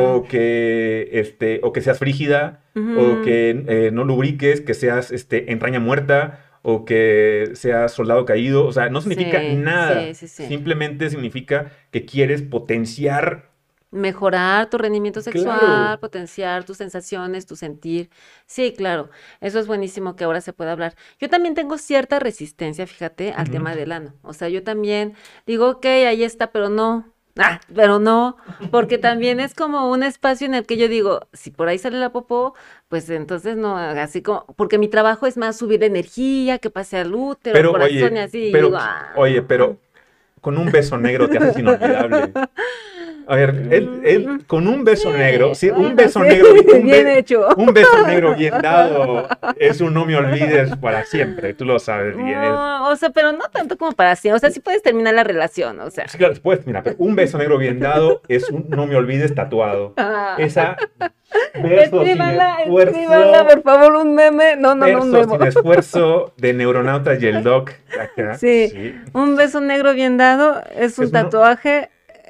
o que seas frígida o ujú. que no lubriques, que seas entraña muerta o que seas soldado caído. O sea, no significa Sí, nada. sí, sí, sí. Simplemente significa que quieres potenciar. Mejorar tu rendimiento sexual, Claro. potenciar tus sensaciones, tu sentir. Sí, claro, eso es buenísimo que ahora se pueda hablar. Yo también tengo cierta resistencia, fíjate, al Ujú. tema del ano. O sea, yo también digo, ok, ahí está, pero no. Pero no, porque también es como un espacio en el que yo digo, si por ahí sale la popó, pues entonces no, así como, porque mi trabajo es más subir la energía, que pase al útero, al Pero, corazón y así, y digo, pero con un beso negro te haces inolvidable. A ver, él con un beso negro, sí, un bueno, beso sí, negro, bien hecho. un beso negro bien dado, es un no me olvides para siempre, tú lo sabes bien. No, o sea, pero no tanto como para siempre. O sea, sí puedes terminar la relación, o sea. Sí, claro, después, mira, pero un beso negro bien dado es un no me olvides tatuado. Esa beso sin Escríbanla, esfuerzo, por favor, un meme. No, un beso memo. sin esfuerzo de Neuronauta y el Doc acá. Sí, Sí. un beso negro bien dado es un Es uno- tatuaje.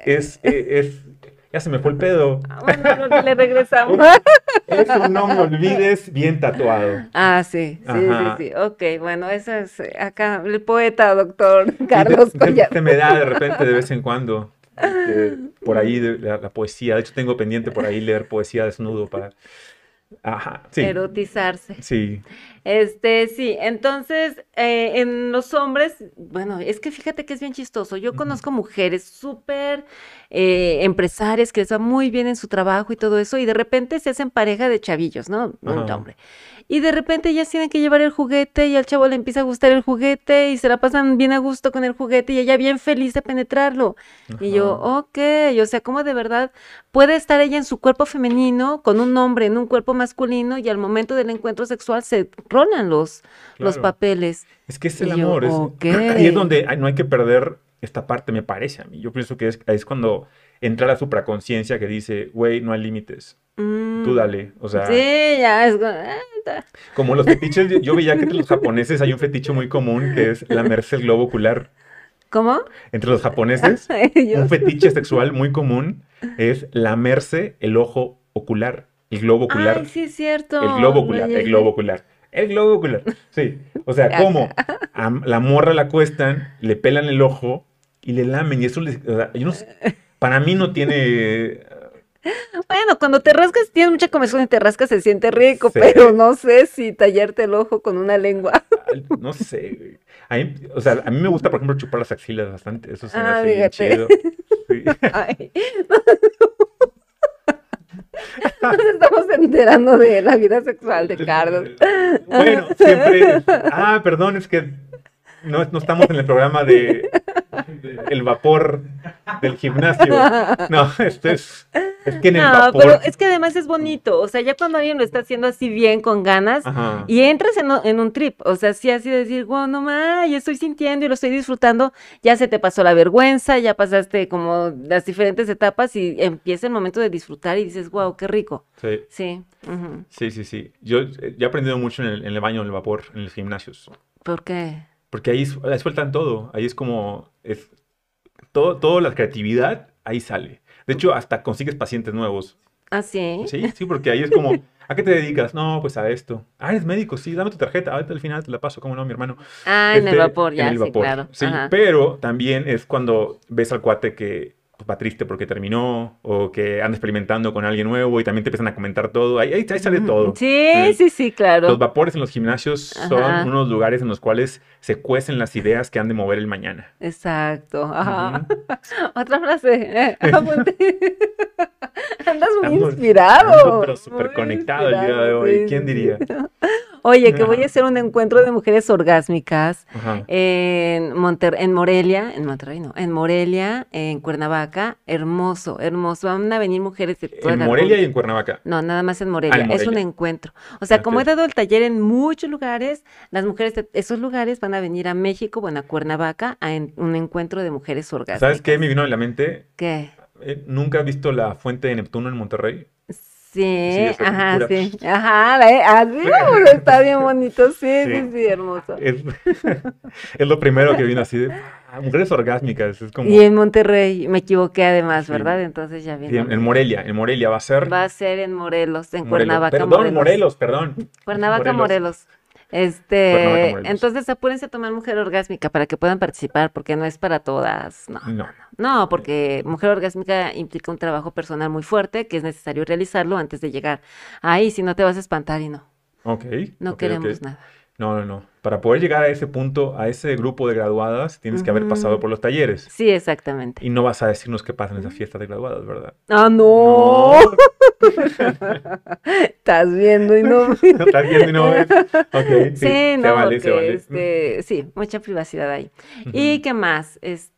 ya se me fue el pedo. Bueno, le regresamos. Es un no me olvides bien tatuado. Ah, sí, sí, Ajá. sí, sí. Ok, bueno, eso es acá, el poeta, doctor Y Carlos Collar. se me da de repente de vez en cuando. Por ahí la poesía. De hecho, tengo pendiente por ahí leer poesía desnudo para. Ajá. Sí. Erotizarse. Sí. Sí, entonces, en los hombres, bueno, es que fíjate que es bien chistoso. Yo conozco mujeres súper empresarias que les va muy bien en su trabajo y todo eso, y de repente se hacen pareja de chavillos, ¿no? Un Ajá. hombre. Y de repente ellas tienen que llevar el juguete y al chavo le empieza a gustar el juguete y se la pasan bien a gusto con el juguete y ella bien feliz de penetrarlo. Y yo, Ajá. ok, o sea, ¿cómo de verdad puede estar ella en su cuerpo femenino con un hombre en un cuerpo masculino y al momento del encuentro sexual se rolan los Claro. papeles? Es que es el Y yo, amor. ok. Ahí es donde no hay que perder esta parte, me parece a mí. Yo pienso que es cuando entra la supraconciencia que dice, güey, no hay límites. Tú dale. O sea, Sí, ya es. como los fetiches, yo veía que entre los japoneses hay un fetiche muy común que es lamerse el globo ocular. ¿Cómo? Entre los japoneses, un fetiche sexual muy común es lamerse el ojo ocular, el globo ocular. Ay, sí, es cierto. El globo Lo ocular, el llegué. globo ocular. El globo ocular. Sí. O sea, ¿cómo? A la morra la acuestan, le pelan el ojo y le lamen. Y eso, o sea, yo no sé, para mí no tiene. Bueno, cuando te rascas, tienes mucha comezón y te rascas, se siente rico, Sí. pero no sé si tallarte el ojo con una lengua. No sé, güey. O sea, a mí me gusta, por ejemplo, chupar las axilas bastante. Eso se me Ah, hace bien fíjate. chido. Sí. Ay, nos estamos enterando de la vida sexual de Carlos. Bueno, siempre. Ah, perdón, es que no estamos en el programa de el vapor del gimnasio. No, es que en el No, vapor. pero es que además es bonito, o sea, ya cuando alguien lo está haciendo así bien, con ganas, Ajá. y entras en un trip, o sea, sí así de decir, wow, no más, ya estoy sintiendo y lo estoy disfrutando, ya se te pasó la vergüenza, ya pasaste como las diferentes etapas y empieza el momento de disfrutar y dices, wow, qué rico. Sí, Sí, ujú. sí, sí, sí. Yo he aprendido mucho en el baño, en el vapor, en los gimnasios. ¿Por qué? Porque ahí sueltan todo. Ahí es como. Toda la creatividad ahí sale. De hecho, hasta consigues pacientes nuevos. ¿Ah, sí? Sí, sí, porque ahí es como. ¿A qué te dedicas? No, pues a esto. Ah, eres médico, sí, dame tu tarjeta. Ahorita al final te la paso, ¿cómo no, mi hermano? Ah, en el vapor, En ya, el sí, vapor. claro. Sí, Ajá. pero también es cuando ves al cuate que pues, va triste porque terminó o que anda experimentando con alguien nuevo y también te empiezan a comentar todo. Ahí sale todo. Sí, sí, sí, Los claro. vapores en los gimnasios son Ajá. unos lugares en los cuales se cuecen las ideas que han de mover el mañana. Exacto. Ajá. Ujú. Otra frase. Apunté. Andas muy Estamos inspirado. pero súper Muy conectado el día de inspirado, hoy. sí, ¿Quién sí, diría? sí. Oye, que voy a Ajá. hacer un encuentro de mujeres orgásmicas Ajá. en Morelia, en Monterrey no, en Morelia, en Cuernavaca, hermoso, hermoso. Van a venir mujeres de toda En la Morelia y República. en Cuernavaca. No, nada más en Ah, Morelia. en Es un Morelia. encuentro. O sea, como he Ok. dado el taller en muchos lugares, las mujeres de esos lugares van a venir a México, bueno, a Cuernavaca, un encuentro de mujeres ¿Sabes qué me orgásmicas. vino a la mente? ¿Qué? ¿Nunca has visto la fuente de Neptuno en Monterrey? Sí, Sí, es ajá, pura. sí. Ajá, así, está bien bonito. Sí, sí, Sí. sí, hermoso. Es, es lo primero que vino así de mujeres orgásmicas. Es Y como. en Monterrey, me equivoqué además, ¿verdad? Sí. Entonces ya Sí, vino. en Morelia va a ser. Va a ser en Morelos, en Morelos. Cuernavaca, Perdón, Morelos. Morelos, perdón. Cuernavaca, Morelos. Morelos. Cuernavaca, Morelos. Entonces apúrense a tomar mujer orgásmica para que puedan participar, porque no es para todas, no. No. No, porque mujer orgásmica implica un trabajo personal muy fuerte que es necesario realizarlo antes de llegar ahí, si no te vas a espantar y no, Ok. no Ok, queremos ok. nada. No, no, no. Para poder llegar a ese punto, a ese grupo de graduadas, tienes que haber pasado por los talleres. Sí, exactamente. Y no vas a decirnos qué pasa en esas fiestas de graduadas, ¿verdad? ¡Ah, no! No. Estás viendo y no. ¿Estás viendo y no ves? Ok, sí, Sí, se no, vale, se porque vale. sí, mucha privacidad ahí. Ujú. ¿Y qué más?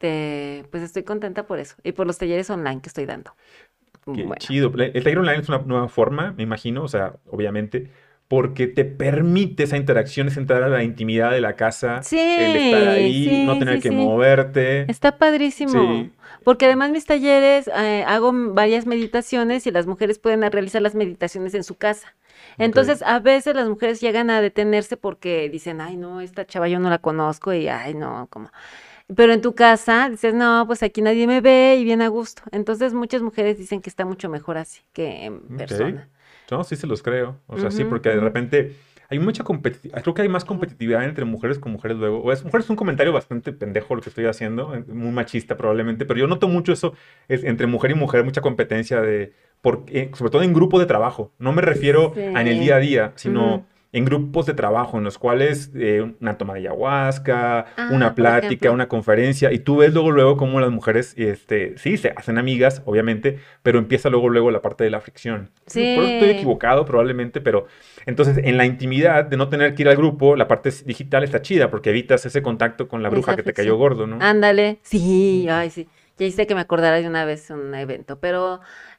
Pues estoy contenta por eso. Y por los talleres online que estoy dando. Qué Bueno, chido. El taller online es una nueva forma, me imagino, o sea, obviamente, porque te permite esa interacción, es entrar a la intimidad de la casa, el estar sí, ahí, no sí, tener sí, que sí. moverte. Está padrísimo. Sí, Porque además mis talleres hago varias meditaciones y las mujeres pueden realizar las meditaciones en su casa. ok. Entonces, a veces las mujeres llegan a detenerse porque dicen, ay, no, esta chava yo no la conozco y, ay, no, como. Pero en tu casa dices, no, pues aquí nadie me ve y bien a gusto. Entonces, muchas mujeres dicen que está mucho mejor así que en Ok. persona. No, sí se los creo. O sea, sí, Ujú, porque de ujú. repente hay mucha competitividad. Creo que hay más competitividad entre mujeres con mujeres luego. Mujeres es un comentario bastante pendejo lo que estoy haciendo, muy machista probablemente, pero yo noto mucho eso entre mujer y mujer, mucha competencia sobre todo en grupos de trabajo. No me refiero a en el día Sí. a día, Ujú. sino en grupos de trabajo en los cuales una toma de ayahuasca, Ah, una por plática, ejemplo. una conferencia, y tú ves luego cómo las mujeres, sí, se hacen amigas, obviamente, pero empieza luego la parte de la fricción. Por eso estoy Sí, equivocado probablemente, pero entonces en la intimidad de no tener que ir al grupo, la parte digital está chida porque evitas ese contacto con la bruja esa que te cayó fricción. gordo, ¿no? Ándale. Sí, ay, sí. Ya hice que me acordara de una vez un evento, pero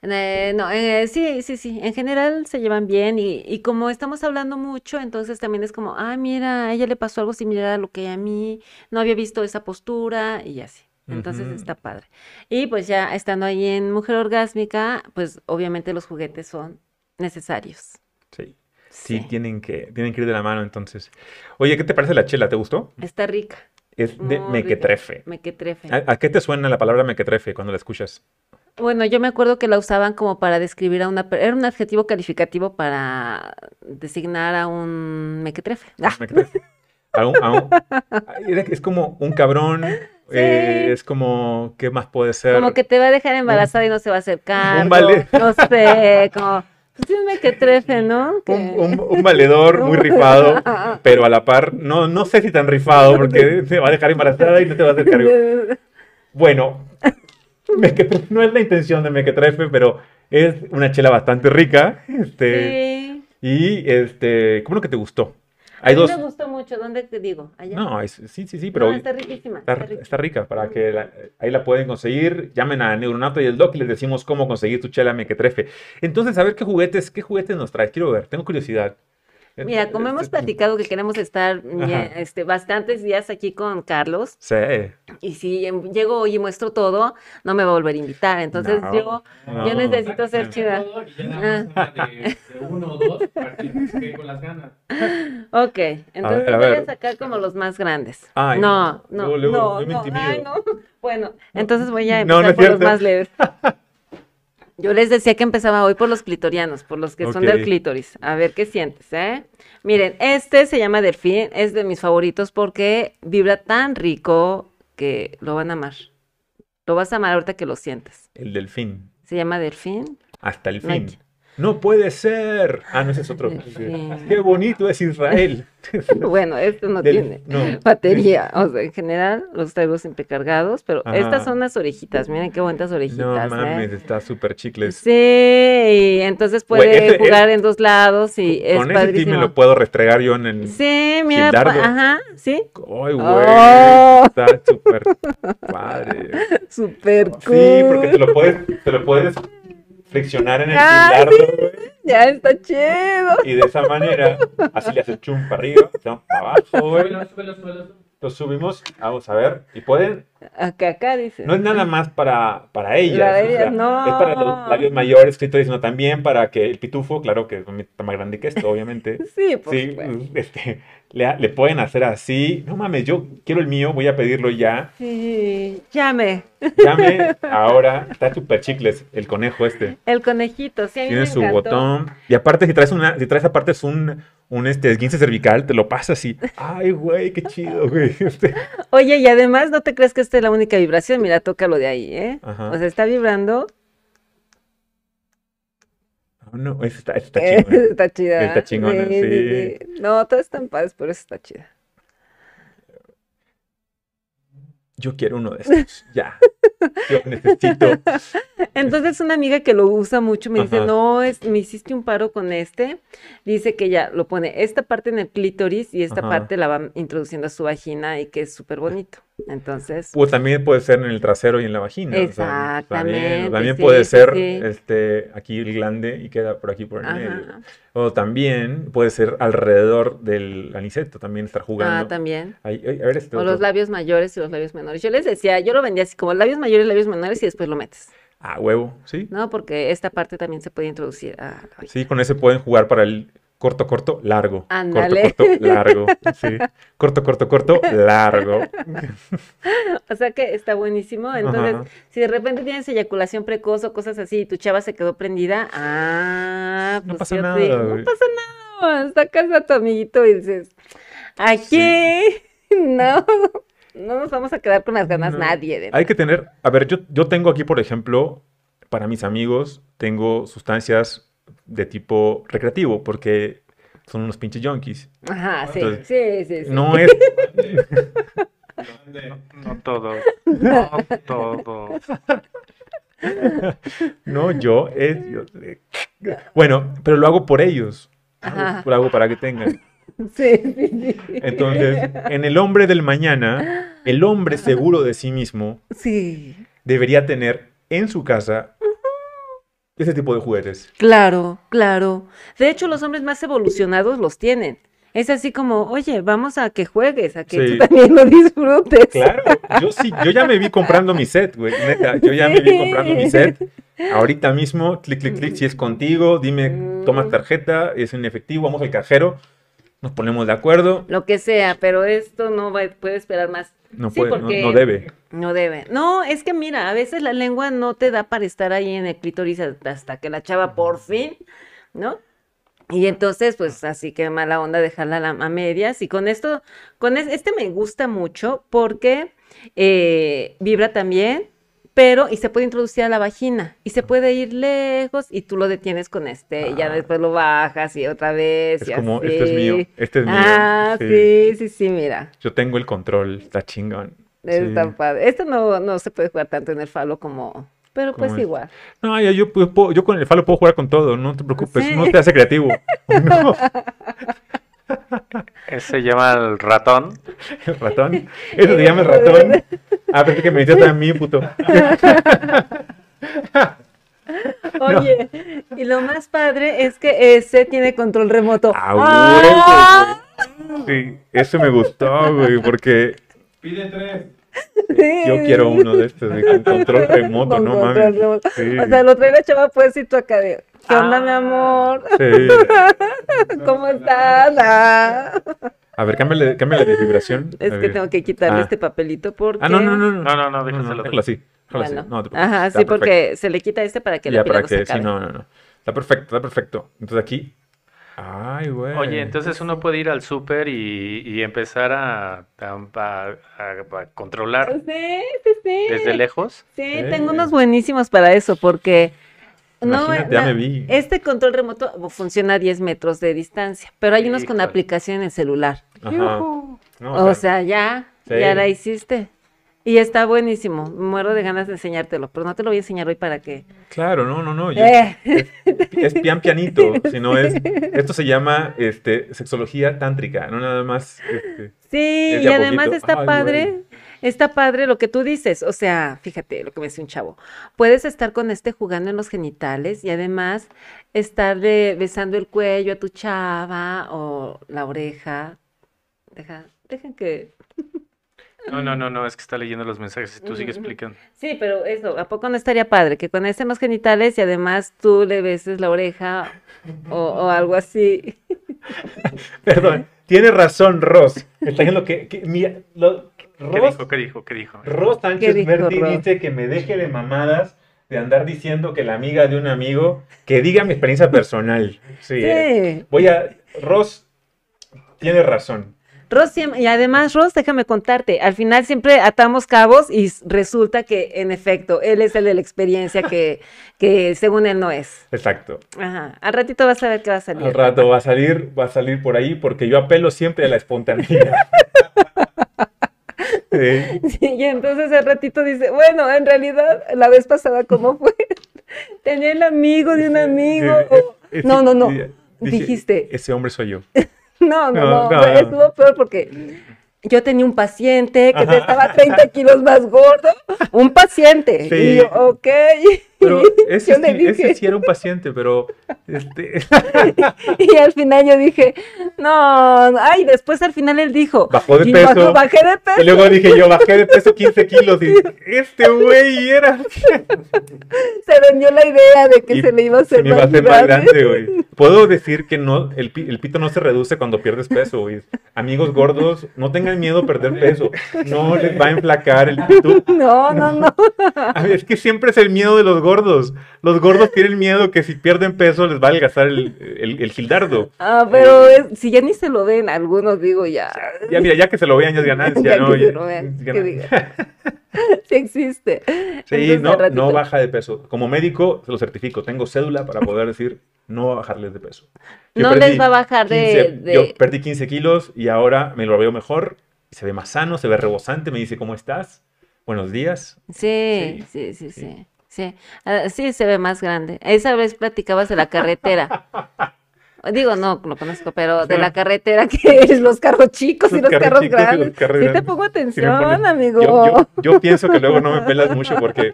no, sí, sí, sí. En general se llevan bien y como estamos hablando mucho, entonces también es como, ah, mira, a ella le pasó algo similar a lo que a mí, no había visto esa postura y así. Entonces Ujú, está padre. Y pues ya estando ahí en Mujer Orgásmica, pues obviamente los juguetes son necesarios. sí, sí, Sí, tienen que ir de la mano entonces. Oye, ¿qué te parece la chela? ¿Te gustó? está rica, Es de muy rica. mequetrefe. Mequetrefe. ¿A qué te suena la palabra mequetrefe cuando la escuchas? Bueno, yo me acuerdo que la usaban como para describir a era un adjetivo calificativo para designar a un mequetrefe. Un mequetrefe. Es como un cabrón, Sí, es como, ¿qué más puede como ser? que te va a dejar Un, embarazada y no se va a hacer un cargo, vale. no sé, como, pues sí, un mequetrefe, ¿no? Un valedor muy rifado, pero a la par, no, no sé si tan rifado, porque te va a dejar embarazada y no te va a hacer cargo. Bueno, no es la intención de Mequetrefe, pero es una chela bastante rica. Sí, ¿Cómo lo que te gustó? a Hay mí me dos. gustó mucho. ¿Dónde te digo? Allá. No, sí, sí, sí, No, pero está riquísima, está, está está riquísima. rica para Mm. que ahí la pueden conseguir. Llamen a Neuronato y el Doc y les decimos cómo conseguir tu chela Mequetrefe. Entonces, a ver qué juguetes nos traes. Quiero ver, tengo curiosidad. Mira, como hemos platicado que queremos estar Ajá. bastantes días aquí con Carlos, Sí. y si llego hoy y muestro todo, no me va a volver a invitar. Entonces No, yo no. necesito ser chida. Todo y ya nada más Ah, habla de uno o dos para que se quede con las ganas. ok, A ver, entonces a voy a ver. sacar como los más grandes. Ay, No, no. no, Luego, no, yo me no, ay, intimido. no. Bueno, No, entonces voy a no, no empezar es por los cierto. más leves. Yo les decía que empezaba hoy por los clitorianos, por los que Ok. son del clítoris. A ver qué sientes, ¿eh? Miren, este se llama Delfín, es de mis favoritos porque vibra tan rico que lo van a amar. Lo vas a amar ahorita que lo sientes. El delfín. Se llama Delfín. Hasta el No hay fin. No puede ser. Ah, no, ese es otro. Qué Delfín. bonito es Israel. Bueno, este no tiene No. batería. O sea, en general los traigo siempre cargados, pero estas Ajá. son las orejitas. Miren qué bonitas No orejitas, ¿eh? mames, está súper chicles. Sí, y entonces Güey, puede jugar en dos lados y es con ese sí me lo padrísimo. puedo restregar yo en el Sí, mira, Gildardo. ajá, sí. Ay, güey, Oh, está súper padre. super Sí, porque te cool. lo puedes flexionar en el Ah, Gildardo, sí, güey. ya está chido. Y de esa manera, así le haces chum para arriba, chum para abajo, güey. Súbelo, súbelo, súbelo. Lo subimos, vamos a ver. Y pueden, Acá no es dice. nada más para La ellas, de o ellas, sea, es para los no. labios mayores, clítoris, sino también para que el pitufo, claro que está más grande que esto, obviamente. Sí, por Sí, supuesto. le pueden hacer así. No mames, yo quiero el mío, voy a pedirlo ya. Sí, llame. Llame ahora, está súper chicles el conejo este. El conejito, sí, a mí me Tiene su encantó. botón. Y aparte, si traes aparte es un esguince cervical, te lo pasas y. Ay, güey, qué chido, güey. Oye, y además no te crees que esta es la única vibración, mira, tócalo de ahí, ¿eh? O Ajá. sea, está vibrando. no, esta está chingona. Está chida. Está chingona, sí. No, todas están padres, pero esa está chida. Yo quiero uno de estos, ya. Yo necesito. Entonces una amiga que lo usa mucho me dice, Ajá. no, me hiciste un paro con este. Dice que ya lo pone esta parte en el clítoris y esta Ajá. parte la va introduciendo a su vagina y que es súper bonito. Entonces, O también puede ser en el trasero y en la vagina. O sea, exactamente, también sí, puede sí, ser sí. aquí el glande y queda por aquí por el medio. Ajá. O también puede ser alrededor del aniceto, también estar Ah, jugando. también. Ahí, a ver este O los otro. labios mayores y los labios menores. Yo les decía, yo lo vendía así como labios mayores, labios menores y después lo metes, Ah, huevo, ¿sí? ¿no? Porque esta parte también se puede introducir a la vagina. Sí, con ese pueden jugar para el corto, corto, largo. Ándale. Corto, corto, largo. Sí. Corto, corto, corto, largo. O sea que está buenísimo. Entonces, Ajá. si de repente tienes eyaculación precoz o cosas así y tu chava se quedó prendida, No pues pasa yo nada, te digo, no güey. pasa nada. Sacas a tu amiguito y dices, aquí no, no nos vamos a quedar con las ganas No. nadie de Hay que tener, a ver, yo tengo aquí, por ejemplo, para mis amigos, tengo sustancias de tipo recreativo, porque son unos pinches junkies. Ajá, sí, Entonces, sí. No es, No todo. No todo. no bueno, pero lo hago por ellos. Ajá. Lo hago para que tengan. Sí. Entonces, en el hombre del mañana, el hombre seguro de sí mismo Sí, debería tener en su casa ese tipo de juguetes. claro. De hecho, los hombres más evolucionados los tienen. Es así como, oye, vamos a que juegues, a que Sí. tú también lo disfrutes. Claro, yo ya me vi comprando mi set, güey, neta, yo ya me vi comprando mi set. Ahorita mismo, clic, clic, clic, si es contigo, dime, tomas tarjeta, es en efectivo, vamos al cajero, nos ponemos de acuerdo. Lo que sea, pero esto no puede esperar más. No Sí, puede, porque no debe. no debe. No, es que mira, a veces la lengua no te da para estar ahí en el clítoris hasta que la chava por fin, ¿no? Y entonces, pues así que mala onda dejarla a medias. Y con esto, este me gusta mucho porque vibra también, pero y se puede introducir a la vagina y se puede ir lejos y tú lo detienes con este y ya Ah. después lo bajas y otra vez Es y como, así. este es mío, este es mío. Ah, sí, mira. Yo tengo el control, está chingón. Está Sí. padre. Esto no se puede jugar tanto en el falo como, pero pues Como es. igual. No, yo con el falo puedo jugar con todo, no te preocupes, Sí. no te hace creativo. No, Ese se llama el ratón. el ratón. Eso se llama el ratón. Ah, pensé que me decías a mí, puto. Oye, y lo más padre es que ese tiene control remoto. ¡Ah, huevo, güey! Sí, eso me gustó, güey, porque Pide 3. yo quiero uno de estos, güey, con control remoto, Con no control mames. remoto. Sí. O sea, lo trae la chava, pues, y tú acá de, ¿qué onda, mi amor? Sí. ¿Cómo estás? A ver, cámbiale de vibración. Es A que ver. tengo que quitarle Ah. este papelito porque... Ah, no, No, déjaselo. déjalo así. Déjalo así. Bueno, No, te preocupes. ajá, Está sí, porque perfecto. se le quita este para que Ya, la pila para no se que, sí, acabe. no. Está perfecto, está perfecto. Entonces aquí. Ay, güey. Oye, entonces uno puede ir al súper y empezar a controlar Sí. desde lejos. Sí, Sí. tengo unos buenísimos para eso, porque no, Imagínate, ya me vi. este control remoto funciona a 10 metros de distancia, pero hay unos con Híjole. aplicación en el celular. Ajá. No, O sea, ya sí. la hiciste. Y está buenísimo. Muero de ganas de enseñártelo, pero no te lo voy a enseñar hoy para que. Claro, no. Eh. Es pianito, sino esto se llama sexología tántrica, no nada más. Sí, Es de y a además poquito. Ay, güey. está padre lo que tú dices. O sea, fíjate lo que me dice un chavo. Puedes estar con jugando en los genitales y además estarle besando el cuello a tu chava o la oreja. Dejen que. No, es que está leyendo los mensajes y tú sigue explicando. Sí, pero eso, ¿a poco no estaría padre? Que con los genitales y además tú le beses la oreja o algo así. Perdón, tiene razón Ross. Está diciendo Ross, ¿Qué dijo? Ross ¿Qué Sánchez dijo Berti Ross? dice que me deje de mamadas de andar diciendo que la amiga de un amigo, que diga mi experiencia personal. Sí, Sí. Ross tiene razón. Y además, Ross, déjame contarte, al final siempre atamos cabos y resulta que, en efecto, él es el de la experiencia que según él no es. Exacto. Ajá. Al ratito vas a ver qué va a salir. Al rato va a salir por ahí porque yo apelo siempre a la espontaneidad. Sí. Sí, y entonces al ratito dice, bueno, en realidad, la vez pasada, ¿cómo fue? Tenía el amigo de un amigo. No, Dije, dijiste, ese hombre soy yo. no, No. estuvo peor porque yo tenía un paciente que Ajá. estaba 30 kilos más gordo, un paciente, Sí. y yo, ok, Pero yo ese le dije, sí era un paciente, pero y al final yo dije, no, después al final él dijo, bajó de "Y peso. bajé de peso, Y luego dije yo, bajé de peso 15 kilos y este güey era... se vendió la idea de que Y se le iba a hacer se me iba a hacer más grande". grande, güey. Puedo decir que no, el pito no se reduce cuando pierdes peso, güey. Amigos gordos, no tengan miedo a perder peso. No les va a enflacar el pito. No. A ver, es que siempre es el miedo de los gordos. Los gordos tienen miedo que si pierden peso les va a adelgazar el gildardo. Pero si ya ni se lo ven, algunos digo ya. Ya, mira, ya que se lo vean ya es ganancia, Ya ¿no? que se Ya- lo vean, es que ganancia. sí existe. Sí, Entonces, al ratito- no baja de peso. Como médico, se lo certifico. Tengo cédula para poder decir no va a bajarles de peso. Yo No perdí les va a bajar de- Yo perdí 15 kilos y ahora me lo veo mejor. Se ve más sano, se ve rebosante. Me dice, ¿cómo estás? Buenos días. Sí. Sí. Sí, se ve más grande. Esa vez platicabas de la carretera. Digo, no lo conozco, pero de la carretera que es los carros chicos y los carros chicos y los grandes. carros Sí te grandes. pongo Sí me atención, pone- amigo. Yo pienso que luego no me pelas mucho porque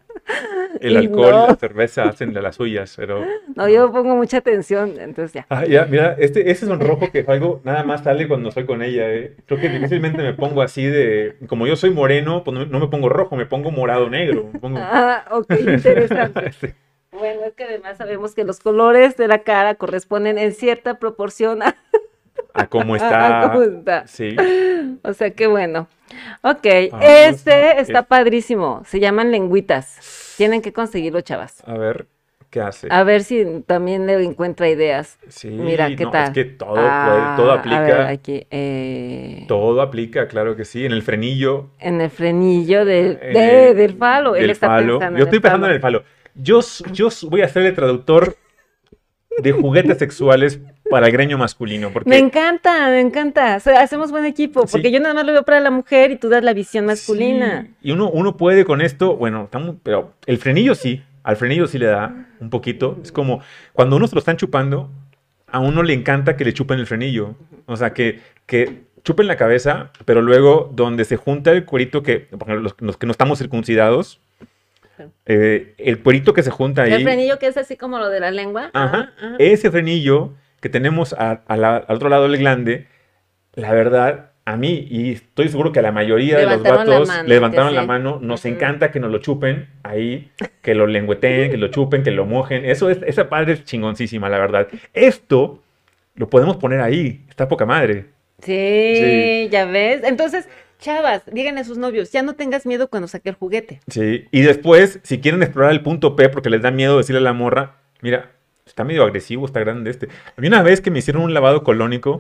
el Y alcohol, no. la cerveza hacen de las suyas, pero... No, yo pongo mucha atención, entonces ya. Ah, ya, mira, ese sonrojo que salgo nada más sale cuando estoy con ella, ¿eh? Creo que difícilmente me pongo así de... Como yo soy moreno, pues no me pongo rojo, me pongo morado negro. Me pongo... Ok, interesante. Sí. Bueno, es que además sabemos que los colores de la cara corresponden en cierta proporción A cómo a está. cómo está. Sí. O sea que bueno. Ok, Vamos, está padrísimo. Se llaman lengüitas. Tienen que conseguirlo, chavas. A ver, ¿qué hace? A ver si también le encuentra ideas. Sí, Mira, ¿qué no, tal? es que todo puede, todo A ver, aplica. aquí, Todo aplica, claro que sí. En el frenillo. en el frenillo del falo. Él Del está falo. pensando Yo estoy pensando en el falo. Yo voy a ser el traductor de juguetes sexuales para el gremio masculino. Porque Me encanta, me encanta. O sea, hacemos buen equipo, porque Sí. yo nada más lo veo para la mujer y tú das la visión masculina. Sí, y uno puede con esto, bueno, pero el frenillo sí, al frenillo sí le da un poquito. Es como cuando uno se lo están chupando, a uno le encanta que le chupen el frenillo. O sea, que chupen la cabeza, pero luego donde se junta el cuerito, por ejemplo, los que no estamos circuncidados, el cuerito que se junta ahí. El frenillo que es así como lo de la lengua. Ajá. Ajá. Ese frenillo que tenemos al otro lado del glande, la verdad, a mí, y estoy seguro que a la mayoría de los Levantaron la vatos mano, levantaron que la sí. mano, nos Ujú. encanta que nos lo chupen ahí, que lo lengüeteen, que lo chupen, que lo mojen. Esa padre es chingoncísima, la verdad. Esto lo podemos poner ahí, está poca madre. Sí, Sí. ya ves. Entonces, chavas, díganle a sus novios, ya no tengas miedo cuando saque el juguete. Sí. Y después, si quieren explorar el punto P porque les da miedo decirle a la morra, mira, está medio agresivo, está grande este. A mí una vez que me hicieron un lavado colónico,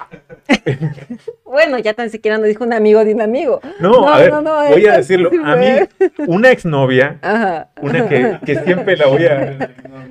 Bueno, ya tan siquiera nos dijo un amigo de un amigo. no, a ver, no, voy a esa decirlo, sí a mí, fue. una exnovia, Ajá. una que siempre la voy a...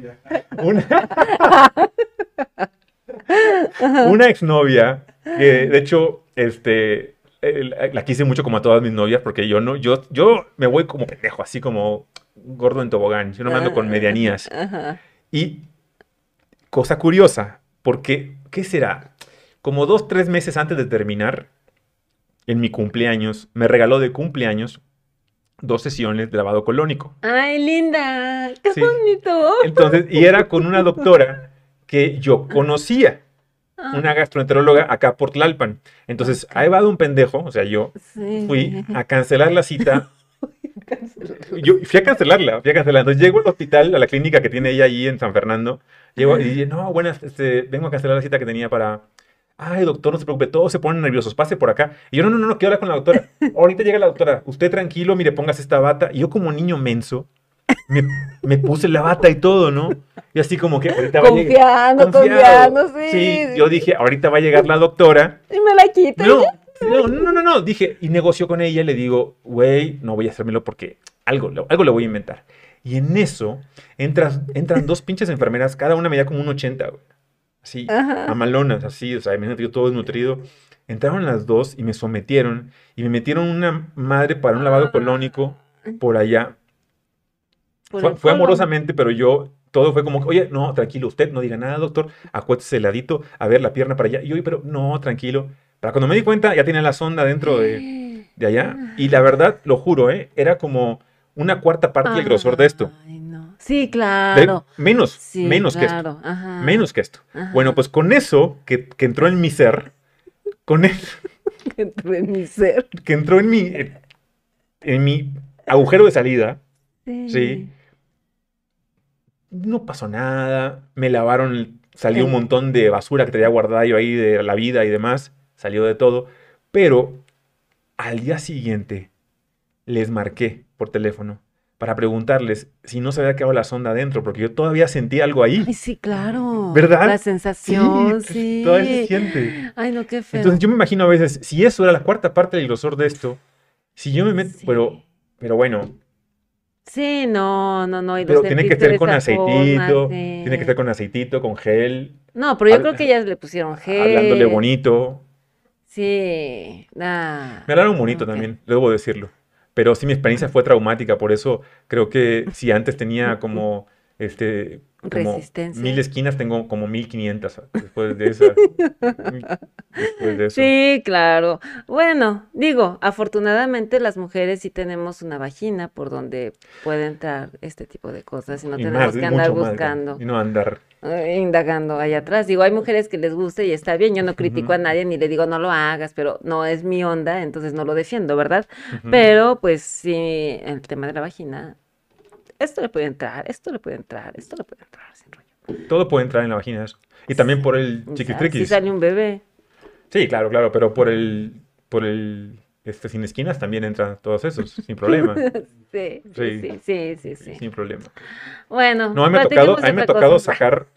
Una exnovia, que de hecho, la quise mucho como a todas mis novias, porque yo me voy como pendejo, así como gordo en tobogán, yo no me ando con medianías. Ajá. Y cosa curiosa, porque, ¿qué será? Como 2, 3 meses antes de terminar, en mi cumpleaños, me regaló de cumpleaños 2 sesiones de lavado colónico. Ay, linda, qué Sí. bonito. Entonces, y era con una doctora que yo conocía, una gastroenteróloga acá por Tlalpan. Entonces, ahí va de un pendejo, o sea, yo Sí. fui a cancelar la cita. Yo fui a cancelarla. Entonces llego al hospital, a la clínica que tiene ella ahí en San Fernando. Llego y dije, no, buenas, vengo a cancelar la cita que tenía para... Ay, doctor, no se preocupe, todos se ponen nerviosos, pase por acá. Y yo, no, quiero hablar con la doctora. Ahorita llega la doctora, usted tranquilo, mire, póngase esta bata. Y yo como niño menso, me, me puse la bata y todo, ¿no? Y así como que ahorita va a llegar- Confiando, sí. Sí, yo dije, ahorita va a llegar la doctora. Y me la quito. No, dije, y negoció con ella y le digo, güey, no voy a hacérmelo porque algo le voy a inventar. Y en eso entran dos pinches enfermeras, cada una medía como un 80, güey. Así, Ajá. amalonas, así, o sea, imagínate yo todo desnutrido. Entraron las dos y me sometieron y me metieron una madre para un lavado colónico por allá. Por Fue, el fue colon. amorosamente, pero yo, todo fue como, oye, no, tranquilo, usted no diga nada, doctor, acuéstese heladito, a ver la pierna para allá. Y yo, pero no, tranquilo. Para cuando me di cuenta, ya tenía la sonda dentro de allá. Y la verdad, lo juro, era como una cuarta parte del grosor de esto. Ay, no. Sí, claro. Menos Sí, que esto. claro. Ajá. Menos que esto. Ajá. Bueno, pues con eso que entró en mi ser, con eso Que entró en mi ser. que entró en mi agujero de salida, sí, no pasó nada. Me lavaron, salió un montón de basura que tenía guardada yo ahí de la vida y demás. Salió de todo. Pero al día siguiente les marqué por teléfono para preguntarles si no se había quedado la sonda adentro, porque yo todavía sentía algo ahí. Ay, sí, claro. ¿Verdad? La sensación, Sí, sí. todavía se siente. Ay, no, qué feo. Entonces yo me imagino a veces, si eso era la cuarta parte del grosor de esto, si yo me meto, Sí. pero bueno, Sí, no. Y lo pero tiene que sentiste ser de con esa aceitito, forma, sí. tiene que ser con aceitito, con gel, No, pero yo Hab- creo que ellas le pusieron hablándole gel. bonito. Sí. Me hablaron bonito ok. también, debo decirlo. Pero sí, mi experiencia fue traumática, por eso creo que si antes tenía como, como Resistencia. 1000 esquinas, tengo como 1500 después de esa. Después de eso. Sí, claro. Bueno, digo, afortunadamente las mujeres sí tenemos una vagina por donde puede entrar este tipo de cosas y no Y tenemos más, que andar mucho más, buscando, y no andar. indagando allá atrás. Digo, hay mujeres que les gusta y está bien, yo no critico a Ujú, nadie ni le digo no lo hagas, pero no es mi onda, entonces no lo defiendo, ¿verdad? ujú. Pero pues sí, el tema de la vagina, esto le puede entrar, esto le puede entrar, esto le puede entrar, sin rollo. Todo puede entrar en la vagina eso. Y también por el O sea, si chiquitriquis. sale un bebé. Sí, claro, pero por el sin esquinas también entran todos esos, sin problema. Sí, Sí. sí. Sin problema. Bueno, No, a mí me ha platiquemos tocado, de a mí me ha otra tocado cosa. sacar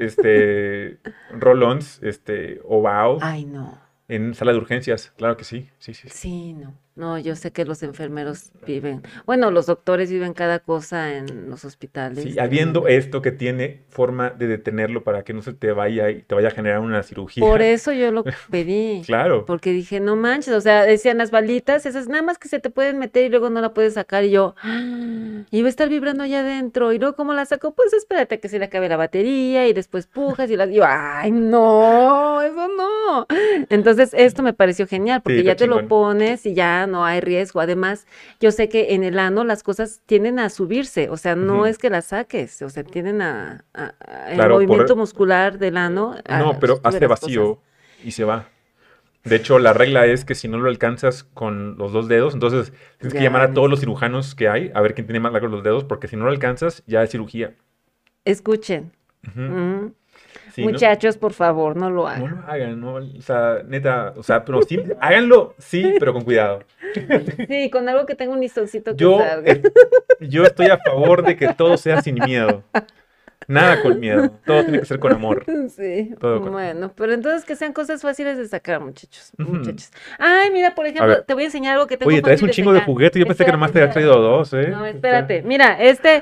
roll-ons, o vows Ay, no. en sala de urgencias. Claro que sí. Sí. Sí, no. No, yo sé que los enfermeros viven, bueno, los doctores viven cada cosa en los hospitales. Sí, habiendo tremendo. esto que tiene forma de detenerlo para que no se te vaya y te vaya a generar una cirugía. Por eso yo lo pedí, Claro. porque dije, no manches, o sea, decían las balitas, esas nada más que se te pueden meter y luego no la puedes sacar y yo, iba a estar vibrando allá adentro y luego ¿cómo la saco? Pues espérate a que se le acabe la batería y después pujas y yo, ay, no, eso no. Entonces, esto me pareció genial porque Sí, ya está te lo chingón. pones y ya no hay riesgo. Además, yo sé que en el ano las cosas tienden a subirse, o sea, no Ujú. es que las saques, o sea, tienden el Claro, movimiento muscular del ano No, pero sube hace las cosas. vacío y se va. De hecho, la regla es que si no lo alcanzas con los 2 dedos, entonces tienes que Ya llamar a todos valiste. los cirujanos que hay a ver quién tiene más largos los dedos, porque si no lo alcanzas, ya es cirugía. Escuchen, Ujú. Sí, muchachos, por favor, no lo no hagan. lo hagan, ¿no? O sea, neta, o sea, pero sí, háganlo, sí, pero con cuidado. Sí, con algo que tenga un listoncito que Yo, salga. yo estoy a favor de que todo sea sin miedo. Nada con miedo. Todo tiene que ser con amor. Sí, Todo con- bueno, pero entonces que sean cosas fáciles de sacar, muchachos, Ujú. muchachos. Ay, mira, por A ejemplo, ver. te voy a enseñar algo que tengo Oye, traes fácil un chingo de sacar. juguetes. Yo pensé que nomás te habías traído 2, ¿eh? No, espérate. Mira, este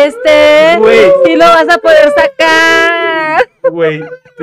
Güey. sí lo vas a poder sacar. Güey,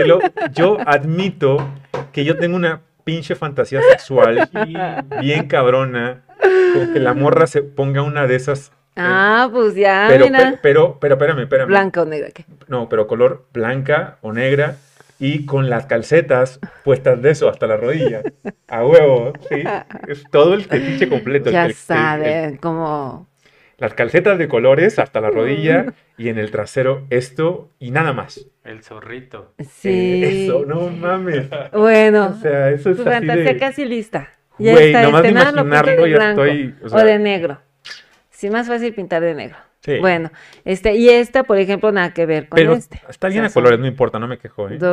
yo admito que yo tengo una pinche fantasía sexual bien cabrona con que la morra se ponga una de esas. Ah, pues ya, pero, mira. pero espérame. Blanca o negra, ¿qué? No, pero color blanca o negra y con las calcetas puestas de eso hasta la rodilla. A huevo, sí. Es todo el fetiche completo. Ya saben, como... Las calcetas de colores hasta la rodilla y en el trasero esto y nada más. El zorrito. Sí. Eso, no mames. Bueno, O sea, eso es tu así fantasía de... casi lista. Ya Güey, está, nomás de nada lo pinta imaginarlo de ya blanco estoy... O o sea, de negro. Sí, más fácil pintar de negro. sí. Bueno, y esta, por ejemplo, nada que ver con Pero este. está bien O sea, a colores, son no importa, no me quejo, ¿eh?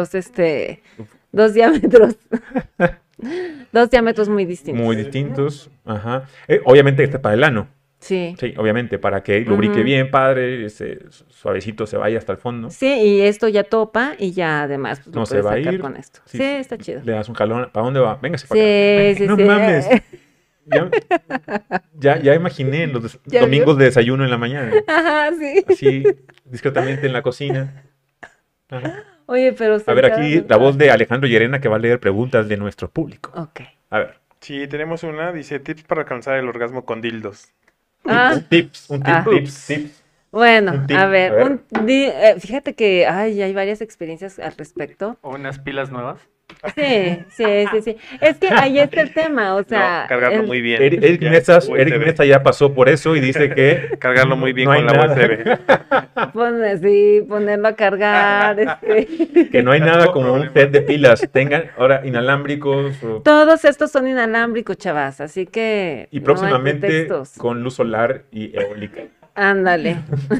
dos diámetros. Dos diámetros muy distintos. Muy distintos, ajá. Obviamente este es para el ano. Sí. Sí, obviamente, para que lubrique Ujú. bien, padre, ese suavecito se vaya hasta el fondo. Sí, y esto ya topa y ya además pues, lo No se puedes va a sacar ir. con esto. Sí, Sí, está chido. le das un jalón. ¿Para dónde va? Véngase para acá. Sí, sí, No sí. mames. Ya imaginé los ¿Ya domingos de desayuno en la mañana. Ajá, sí. Así, discretamente en la cocina. Ajá. Oye, pero A ver, aquí sentadas, la voz de Alejandro Llerena que va a leer preguntas de nuestro público. Ok. A ver, Sí, tenemos una, dice tips para alcanzar el orgasmo con dildos. Ah, un Ah. tips. bueno, Un tip, a ver, a ver. fíjate que hay varias experiencias al respecto. ¿O unas pilas nuevas? Sí, sí, sí, sí. Es que ahí está el tema, o sea, No, cargarlo el- muy bien. Eric Ya, Eric USB. Mesa ya pasó por eso y dice que Cargarlo muy bien no hay con la nada. USB. sí, ponerlo a cargar, que no hay nada como un set de pilas. Tengan ahora inalámbricos Todos estos son inalámbricos, chavas, así que y no hay próximamente pretextos. con luz solar y eólica. Ándale.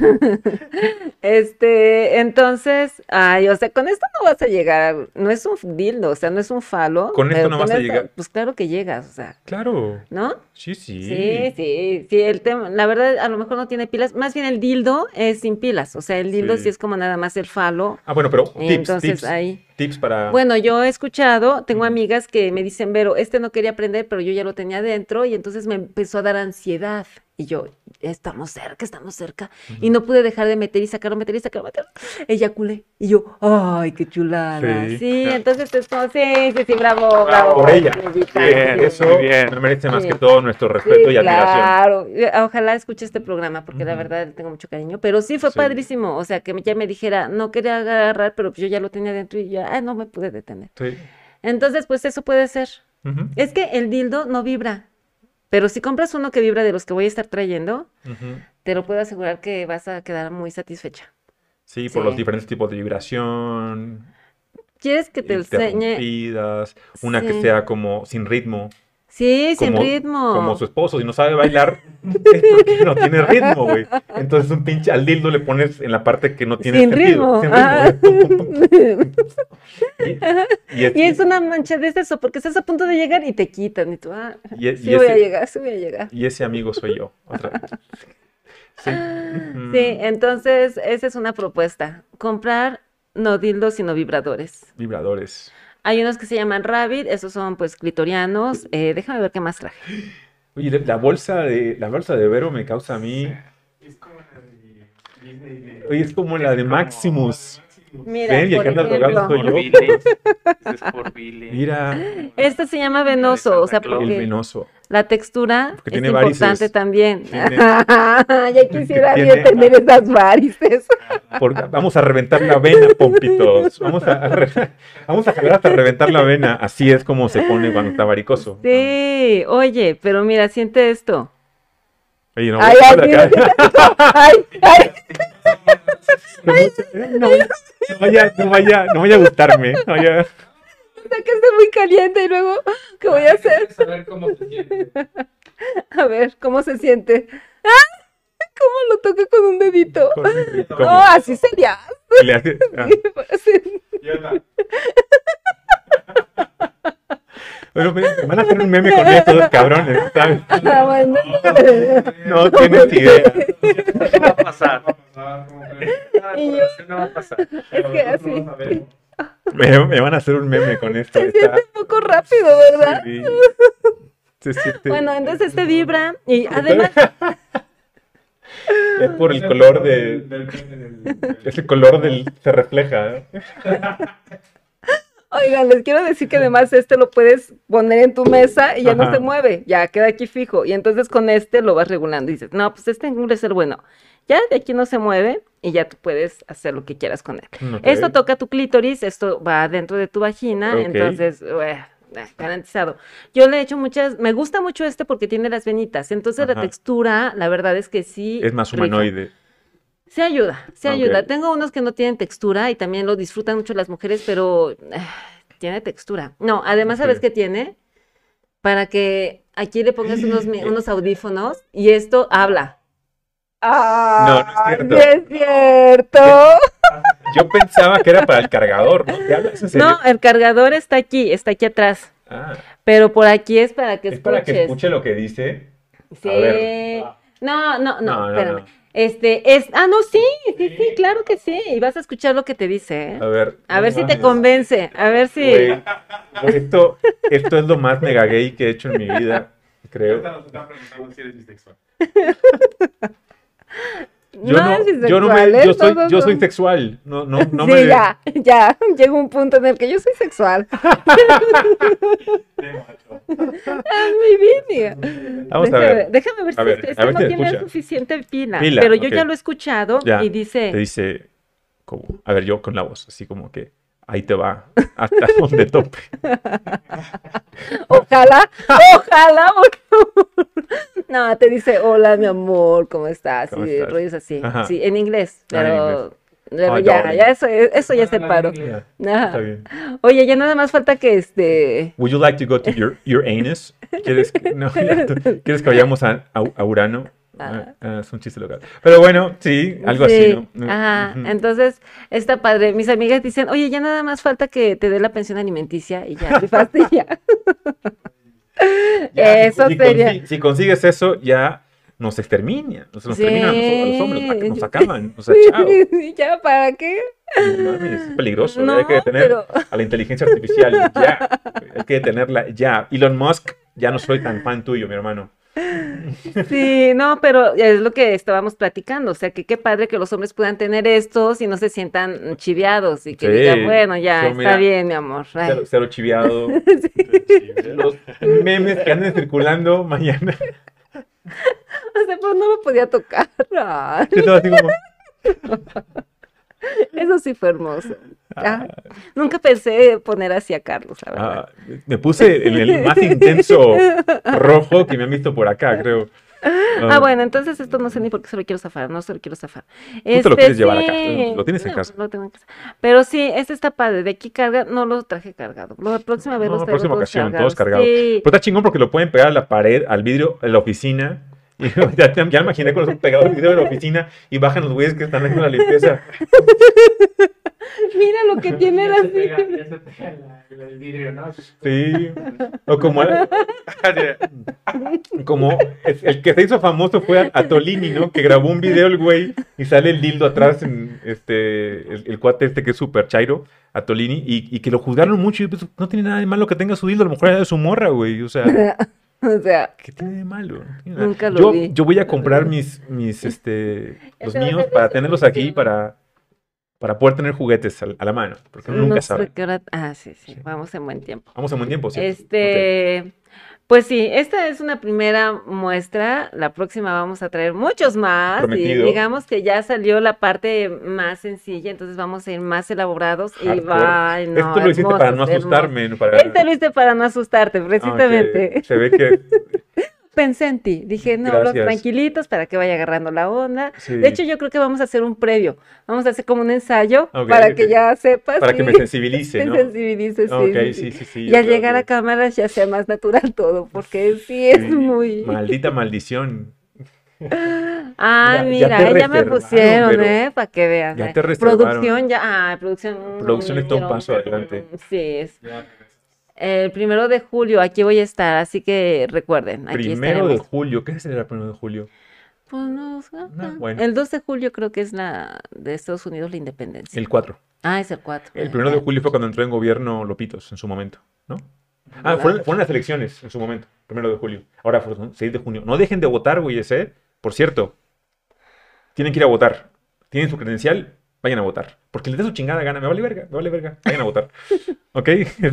Entonces, o sea, con esto no vas a llegar, no es un dildo, o sea, no es un falo, Con esto pero no vas a llegar. pues claro que llegas, o sea, Claro. ¿no? Sí. Sí, el tema, la verdad, a lo mejor no tiene pilas, más bien el dildo es sin pilas, o sea, el dildo Sí. sí es como nada más el falo, Ah, bueno, pero y tips, entonces ahí. tips para... Bueno, yo he escuchado, tengo Ujú. amigas que me dicen, Vero, no quería aprender, pero yo ya lo tenía dentro y entonces me empezó a dar ansiedad. Y yo, estamos cerca. Y no pude dejar de meter y sacarlo. Eyaculé. Y yo, ay, qué chulada. Sí. Sí, entonces es como, sí, bravo. por ella. amiguita, Bien, sí. Eso muy bien. me merece más Sí. que todo nuestro respeto Sí, y admiración. claro. Ojalá escuche este programa porque la Ujú. verdad le tengo mucho cariño. Pero sí fue Sí. padrísimo. O sea, que ya me dijera, no quería agarrar, pero pues yo ya lo tenía dentro y ya, no me pude detener. Sí. Entonces, pues eso puede ser. Ujú, Es que el dildo no vibra. Pero si compras uno que vibra de los que voy a estar trayendo, ujú. te lo puedo asegurar que vas a quedar muy satisfecha. Sí, por los Sí. diferentes tipos de vibración, ¿Quieres que te enseñe? interrumpidas, una que Sí. sea como sin ritmo, Sí, sin como ritmo. su esposo, si no sabe bailar, es porque no tiene ritmo, güey. Entonces un pinche al dildo le pones en la parte que no tiene Sin sentido. ritmo. Sin Ah. ritmo, güey. Pum, pum, pum. Y Y es una mancha de eso, porque estás a punto de llegar y te quitan. Y tú, y sí voy a ese- llegar, sí voy a llegar. y ese amigo soy yo. Otra vez. Sí. Ujú. Sí, entonces esa es una propuesta. Comprar no dildos, sino vibradores. Vibradores. Hay unos que se llaman Rabbit, esos son pues clitorianos. Déjame ver qué más traje. Oye, la bolsa de Vero me causa a mí. Es como la de Disney de- Oye, es como la de como Maximus. Mira, Ven, y el por que anda drogado ejemplo, soy yo. Por Billy. Es por Billy. Mira, este se llama venoso, o sea, Santa Claus. el porque venoso. la textura Porque es tiene importante varices. también. Tiene- Ya quisiera yo tiene- tener esas varices. Vamos a reventar la vena, pompitos. Vamos a jalar hasta reventar la vena. Así es como se pone cuando está varicoso. Sí, oye, pero mira, siente esto. Oye, no, Ay, ay, voy a sacar- Ay, ay, no vaya a gustarme. No vaya- que esté muy caliente y luego, ¿qué voy a hacer? Quieres saber cómo se siente. A ver, ¿cómo se siente? ¡Ah! ¿Cómo lo toca con un dedito? ¿Cómo? No, así sería. Le hace- ah. Sí. Idiota. Bueno, me van a hacer un meme con estos cabrones, ¿sabes? Ah, bueno. No tienes idea. No va a pasar. Y yo- No va a pasar. Es que así. Me van a hacer un meme con esto. Se Está- siente un poco rápido, ¿verdad? sí. Se siente- Bueno, entonces este vibra y además, Es por el color del pene del- Es el color del... Se refleja. ¿eh? oigan, les quiero decir que además este lo puedes poner en tu mesa y ya no Ajá. se mueve, ya queda aquí fijo. Y entonces con este lo vas regulando y dices, no, pues este ángulo es el bueno. Ya de aquí no se mueve y ya tú puedes hacer lo que quieras con él. Ok. Esto toca tu clítoris, esto va dentro de tu vagina, Ok. entonces, garantizado. Yo le he hecho me gusta mucho este porque tiene las venitas, entonces la Ajá. textura, la verdad es que sí. Es más rifa. humanoide. Se ayuda, se Ok. ayuda. Tengo unos que no tienen textura y también lo disfrutan mucho las mujeres, pero tiene textura. No, además, ¿sabes Ok. qué tiene? Para que aquí le pongas unos audífonos y esto habla. No, no es cierto. sí es cierto. Yo pensaba que era para el cargador, ¿no? ¿Te hablas en serio? No, el cargador está aquí atrás, Ah, pero por aquí es para que es para que escuches. escuche lo que dice. Sí. A ver. No, No, no, espérame. no. No, sí, claro que sí. Y vas a escuchar lo que te dice, A ¿eh? ver. A no ver si te mames. convence. A ver si. Güey, esto es lo más mega gay que he hecho en mi vida, creo. Ahorita nos están preguntando si eres bisexual. No es bisexual, ¿eh? Yo soy sexual. No Sí, ya. Llega un punto en el que yo soy sexual. De macho. Es mi vida. Vamos a ver. Déjame ver A si ver, este a ver no si tiene escucha. suficiente pila. Pila, Pero yo ok. ya lo he escuchado Ya, y te dice. dice, como, a ver, yo con la voz, así como que ahí te va, hasta donde tope. Ojalá, no, te dice, hola, mi amor, ¿cómo estás? ¿Cómo Y estás? rollos así. Ajá. Sí, en inglés, Ah, en pero Oh, ya, darling. eso ya se Habla paró. inglés. Ya, Ajá. está bien. Oye, ya nada más falta que Would you like to go to your anus? ¿Quieres que, no, ¿quieres que vayamos a Urano? Es un chiste local. Pero bueno, sí, algo sí, así, ¿no? ajá. Ujú. Entonces, está padre. Mis amigas dicen, oye, ya nada más falta que te dé la pensión alimenticia y ya, rifaste y ya. Ya, Eso sería. si consigues eso, ya nos exterminan. Nos terminan a los hombres, nos Sí. acaban. O sea, chao. ¿Ya para qué? No mames, es peligroso. No, Hay que detener pero- a la inteligencia artificial ya. Hay que detenerla ya. Elon Musk, ya no soy tan fan tuyo, mi hermano. Sí, no, pero es lo que estábamos platicando, o sea, que qué padre que los hombres puedan tener estos y no se sientan chiviados y que Sí, digan, bueno, ya, yo, está mira, bien, mi amor. Ay. Cero chiviado. Los memes que anden circulando mañana. O sea, pues no lo podía tocar. Ay, Yo estaba así como, eso sí fue hermoso. Ah, nunca pensé poner así a Carlos, la verdad. me puse en el más intenso rojo que me han visto por acá, creo. Bueno, entonces esto no sé ni por qué se lo quiero zafar, no se lo quiero zafar. Tú te lo quieres llevar a casa, sí. lo tienes en No, casa. lo tengo en casa. Pero sí, este está padre, de aquí carga, no lo traje cargado. La próxima vez No, los la traigo próxima todos ocasión, cargados. todos cargados. Sí. Pero está chingón porque lo pueden pegar a la pared, al vidrio, en la oficina. Y ya me imaginé con los pegados al vidrio de la oficina y bajan los güeyes que están haciendo la limpieza. Mira lo que tiene Ya la se pega el vidrio, ¿no? Sí. O como, como el que se hizo famoso fue a Tolini, ¿no? Que grabó un video el güey y sale el dildo atrás en el cuate este que es súper chairo, a Tolini, y que lo juzgaron mucho. Y pues, no tiene nada de malo que tenga su dildo, a lo mejor era de su morra, güey. O sea, O sea, ¿qué tiene de malo? No tiene nada. Nunca lo vi. Yo voy a comprar los Ese va a míos ser para mi tenerlos aquí solución. para poder tener juguetes a la mano, porque uno nunca no sabe. sé qué hora. Ah, sí, vamos en buen tiempo. Vamos a buen tiempo, ¿sí? Pues sí, esta es una primera muestra. La próxima vamos a traer muchos más. Y Prometido. digamos que ya salió la parte más sencilla, entonces vamos a ir más elaborados. Y Hardcore. va, no, Esto lo hiciste para no hermosos, asustarme, hermosos. para... Este lo hice para no asustarte, Ah, ok. precisamente. Se ve que... Pensé en ti. Dije, no, los Gracias. tranquilitos para que vaya agarrando la onda. Sí. De hecho, yo creo que vamos a hacer un previo. Vamos a hacer como un ensayo Ok, para ok. que ya sepas. Para que y me sensibilice, te ¿no? sensibilices, sí, Ok, sí. sí. Y al yo creo llegar que- a cámaras ya sea más natural todo, porque sí es sí, muy... Maldita maldición. Ah, Ya mira, te ya me reservaron, pusieron, pero para que veas. ya te reservaron. Producción ya, producción. Producción me está un dieron- paso adelante. Sí, es. Ya, El 1 de julio, aquí voy a estar, así que recuerden, aquí Primero de estaremos. julio. ¿Qué será el 1 de julio? Pues no, bueno. El 2 de julio creo que es la de Estados Unidos la independencia. El 4. Es el 4. El 1 de julio fue cuando entró en gobierno Lopitos en su momento, ¿no? Fueron las elecciones en su momento, 1 de julio. Ahora fueron 6 de junio. No dejen de votar, güeyes, ¿eh? Por cierto, tienen que ir a votar. Tienen su credencial, vayan a votar. Porque les dé su chingada gana. Me vale verga. Vayan a votar. ¿Ok?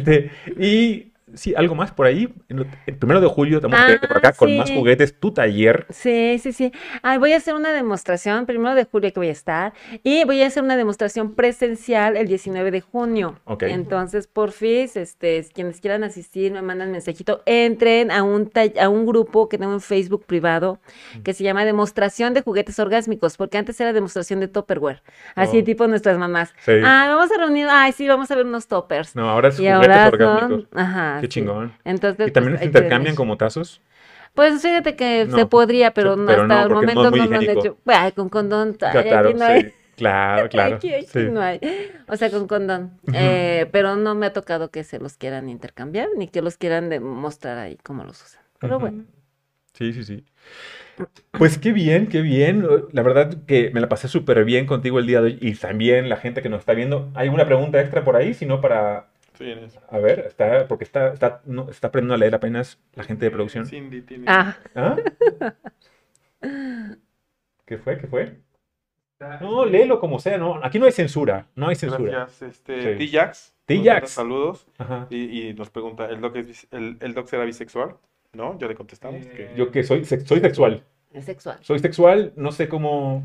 Y sí, algo más por ahí. El 1 de julio estamos por acá con más sí. juguetes. Tu taller. Sí. Voy a hacer una demostración, 1 de julio que voy a estar, y voy a hacer una demostración presencial el 19 de junio. Ok. Entonces, porfis, quienes quieran asistir, me mandan mensajito, entren a un grupo que tengo en Facebook privado que se llama Demostración de Juguetes Orgásmicos, porque antes era demostración de Tupperware, así Oh. tipo nuestras mamás. Sí. Vamos a reunir, sí, vamos a ver unos toppers. No, ahora es Y juguetes ahora orgánicos. ajá, Qué sí. chingón. Entonces, ¿Y también pues, se hay que intercambian ver. como tazos? Pues fíjate que No, se podría, pero, sí, no, pero hasta no, el porque no es momento muy no lo han higiénico. hecho. Ay, con condón, ay, Claro, aquí no hay. sí. Claro. Aquí Sí. no hay. O sea, con condón. Ujú. Pero no me ha tocado que se los quieran intercambiar, ni que los quieran demostrar ahí cómo los usan. Pero Ujú. bueno. Sí. Pues qué bien, qué bien. La verdad que me la pasé súper bien contigo el día de hoy y también la gente que nos está viendo. ¿Hay alguna pregunta extra por ahí? Si no, para... Sí, en eso. A ver, porque no, está aprendiendo a leer apenas la gente de producción. Cindy tiene. Ah, ¿Ah? ¿Qué fue? ¿Qué fue? Está- No, léelo como sea, no. Aquí no hay censura, no hay censura. Gracias. Sí. T-Jax. nos T-Jax. manda saludos. Ajá. Y nos pregunta, ¿el doc será bisexual? ¿No? Ya le contestamos que... Yo que soy sexual. es sexual. Soy sexual, no sé cómo...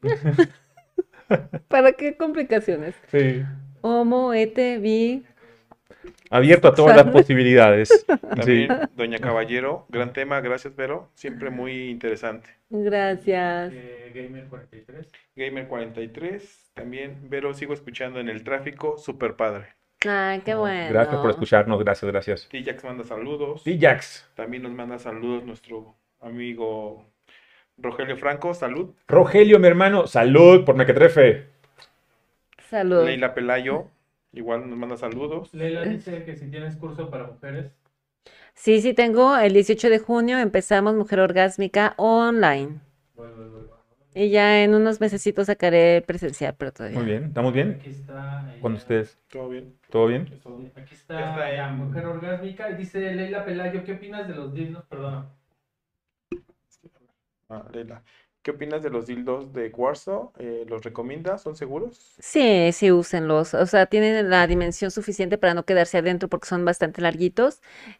¿Para qué complicaciones? Sí. Homo, ete, bi. Abierto a todas las posibilidades. Sí. También, Doña Caballero, gran tema, gracias, Vero. Siempre muy interesante. Gracias. Gamer 43. Gamer 43, también, Vero, sigo escuchando en el tráfico, súper padre. Ay, qué bueno. Gracias por escucharnos, gracias, gracias. T-Jax manda saludos. Sí, Jax. También nos manda saludos nuestro amigo Rogelio Franco, salud. Rogelio, mi hermano, salud por Mequetrefe. Salud. Leila Pelayo, igual nos manda saludos. Leila dice que si tienes curso para mujeres, Sí, sí, tengo el 18 de junio, empezamos Mujer Orgásmica online. vuelve. Y ya en unos mesecitos sacaré presencial, pero todavía. Muy bien, ¿estamos bien? Aquí está. ella. Con ustedes, ¿Todo bien? ¿todo bien? Aquí Ya está está la mujer orgásmica. Y dice Leila Pelayo, ¿qué opinas de los dildos? Perdona. Leila. ¿Qué opinas de los dildos de cuarzo? ¿Los recomiendas? ¿Son seguros? Sí, sí, úsenlos. O sea, tienen la dimensión suficiente para no quedarse adentro porque son bastante larguitos.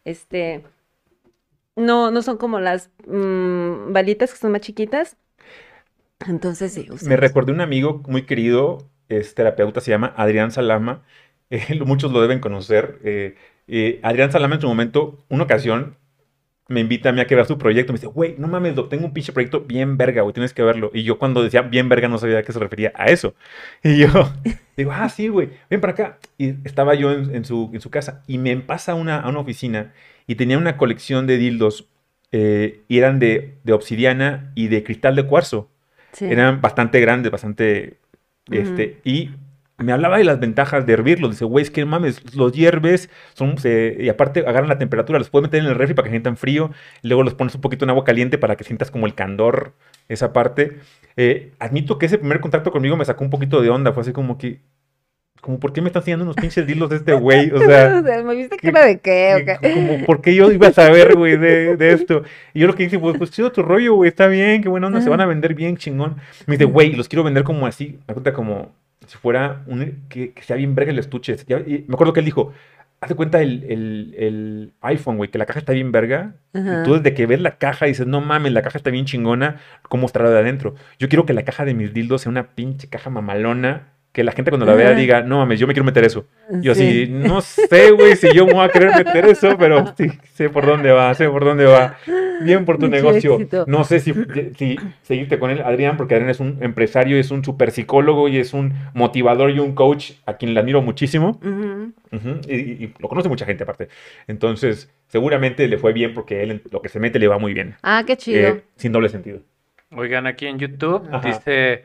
No son como las balitas que son más chiquitas. Entonces sí, Me úsenlos. recordé un amigo muy querido, es terapeuta, se llama Adrián Salama. Muchos lo deben conocer. Adrián Salama en su momento, una ocasión, me invita a mí a que vea su proyecto. Me dice, güey, no mames, Doc, tengo un pinche proyecto bien verga, güey, tienes que verlo. Y yo cuando decía bien verga no sabía a qué se refería a eso. Y yo digo, ah, sí, güey, ven para acá. Y estaba yo en su casa y me pasa a una oficina y tenía una colección de dildos y eran de obsidiana y de cristal de cuarzo. Sí. Eran bastante grandes, bastante, y me hablaba de las ventajas de hervirlos. Dice, güey, es que no mames, los hierves, y aparte agarran la temperatura, los puedes meter en el refri para que sientan frío, y luego los pones un poquito en agua caliente para que sientas como el candor, esa parte. Admito que ese primer contacto conmigo me sacó un poquito de onda, fue así como, ¿por qué me están enseñando unos pinches dildos de este güey? O sea, ¿Me viste cara de qué? ¿O qué? como, ¿por qué yo iba a saber, güey, de esto? Y yo lo que dije, pues chido tu rollo, güey, está bien, qué buena onda, se van a vender bien, chingón. Me dice, güey, los quiero vender como así, me cuenta como si fuera que sea bien verga el estuche. Y me acuerdo que él dijo, haz de cuenta el iPhone, güey, que la caja está bien verga. Y tú Ajá. desde que ves la caja dices, no mames, la caja está bien chingona, ¿cómo estará de adentro? Yo quiero que la caja de mis dildos sea una pinche caja mamalona, que la gente cuando la vea Ajá. diga, no mames, yo me quiero meter eso. Yo así, Sí. no sé, güey, si yo me voy a querer meter eso, pero sí, sé por dónde va, sé por dónde va. Bien por tu Mucho negocio. éxito. No sé si seguirte con él, Adrián, porque Adrián es un empresario, es un super psicólogo y es un motivador y un coach a quien le admiro muchísimo. Ujú. Ujú, y lo conoce mucha gente aparte. Entonces, seguramente le fue bien porque él en lo que se mete le va muy bien. Ah, qué chido. Sin doble sentido. Oigan, aquí en YouTube Ajá. dice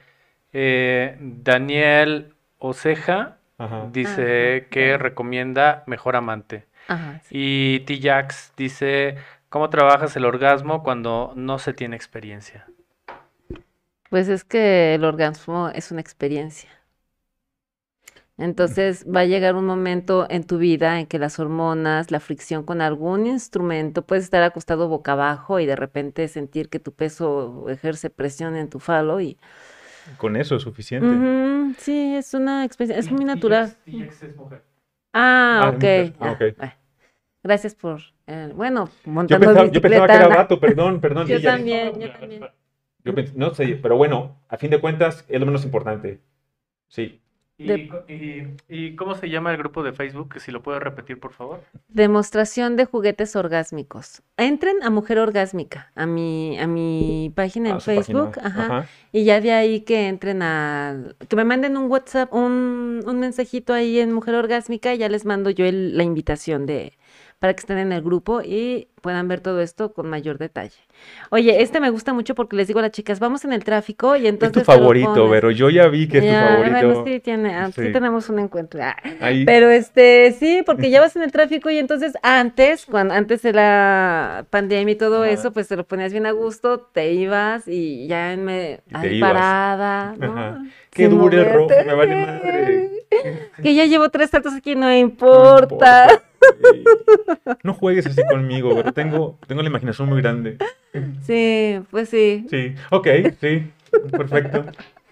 Daniel Oceja, Ajá. dice Ajá. que recomienda Mejor Amante. Ajá, sí. Y T-Jax dice, ¿cómo trabajas el orgasmo cuando no se tiene experiencia? Pues es que el orgasmo es una experiencia. Entonces va a llegar un momento en tu vida en que las hormonas, la fricción con algún instrumento, puedes estar acostado boca abajo y de repente sentir que tu peso ejerce presión en tu falo y Con eso es suficiente. Ujú, sí, es una experiencia, es muy natural. TX es mujer. Ah, Ah, ok. mujer. Ah, Ah, ok. bueno. Gracias por, bueno, Yo montando pensaba que era bicicleta. vato, perdón, Yo sí, ya. también, yo también. No sé, pero bueno, a fin de cuentas es lo menos importante. Sí. ¿Y cómo se llama el grupo de Facebook? Que si lo puedes repetir, por favor. Demostración de juguetes orgásmicos. Entren a Mujer Orgásmica, a mi página en Su página. Facebook, ajá, Ajá. y ya de ahí que entren que me manden un WhatsApp, un mensajito ahí en Mujer Orgásmica y ya les mando yo la invitación para que estén en el grupo y puedan ver todo esto con mayor detalle. Oye, este me gusta mucho porque les digo a las chicas, vamos en el tráfico y Es tu entonces te lo favorito, pones. pero yo ya vi que es tu Ya, bueno, favorito. sí sí Sí. tenemos un encuentro. Ahí. Pero sí, porque ya vas en el tráfico y entonces antes de la pandemia y todo Ajá. eso, pues te lo ponías bien a gusto, te ibas y ya Y te ahí ibas. parada, Ajá. ¿no? Que Sin dure, Ro, moverte. me vale madre. Que ya llevo 3 saltos aquí, no No importa. importa. Sí. No juegues así conmigo, pero tengo la imaginación muy grande. Sí, pues sí. Sí, ok, sí, perfecto.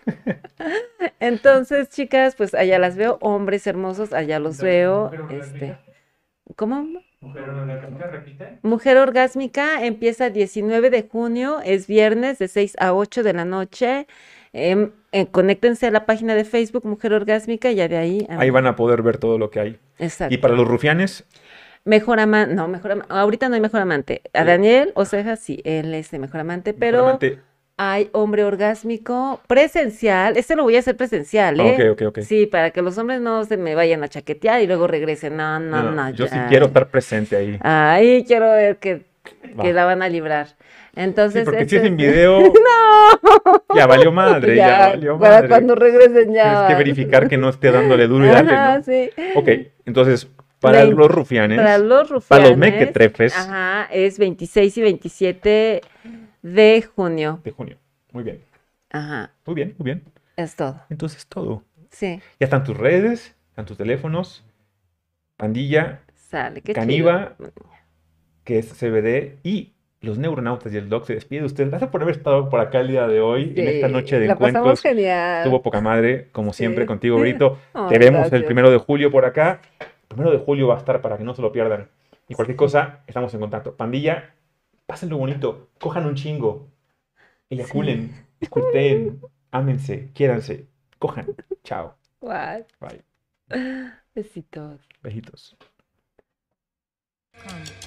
Entonces, chicas, pues allá las veo, hombres hermosos, allá los veo. Mujer orgásmica. ¿Cómo? Mujer orgásmica, repite. Mujer Orgásmica empieza el 19 de junio, es viernes de 6 a 8 de la noche. Conéctense a la página de Facebook Mujer Orgásmica y ya de ahí. Ahí van a poder ver todo lo que hay. Exacto. Y para los rufianes, Mejor amante, no, ahorita no hay mejor amante. A Daniel Oceja sí, él es de mejor amante, pero solamente. hay hombre orgásmico presencial. Este lo voy a hacer presencial, ¿eh? Ok. Sí, para que los hombres no se me vayan a chaquetear y luego regresen. No, No, yo sí ya. quiero estar presente ahí. Ay, quiero ver que Va. la van a librar. Entonces, Sí, porque si este es en es- video, ¡No! ya valió madre, ya valió para madre. cuando regresen ya. Tienes que verificar que no esté dándole duro y darle, Ajá, ¿no? sí. Ok, entonces, para Vein- los rufianes, Para los rufianes. para los mequetrefes Ajá, es 26 y 27 de junio. de junio. Muy bien, Ajá, muy bien, muy bien. es todo. Entonces, todo. Sí, Ya están tus redes, están tus teléfonos, Pandilla, sale, qué Caniva, chido. que es CBD, y los Neuronautas y el Doc se despide de ustedes. Gracias por haber estado por acá el día de hoy, en esta Sí, noche de la pasamos encuentros. genial. Estuvo poca madre, como siempre, Sí. contigo, Brito. Ay, Te vemos el gracias. 1 de julio por acá. El 1 de julio va a estar para que no se lo pierdan. Y cualquier cosa, estamos en contacto. Pandilla, pásenlo bonito, cojan un chingo, eyaculen, disfruten, ámense, quiéranse, cojan. Chao. Guau, Bye. besitos. Besitos. Con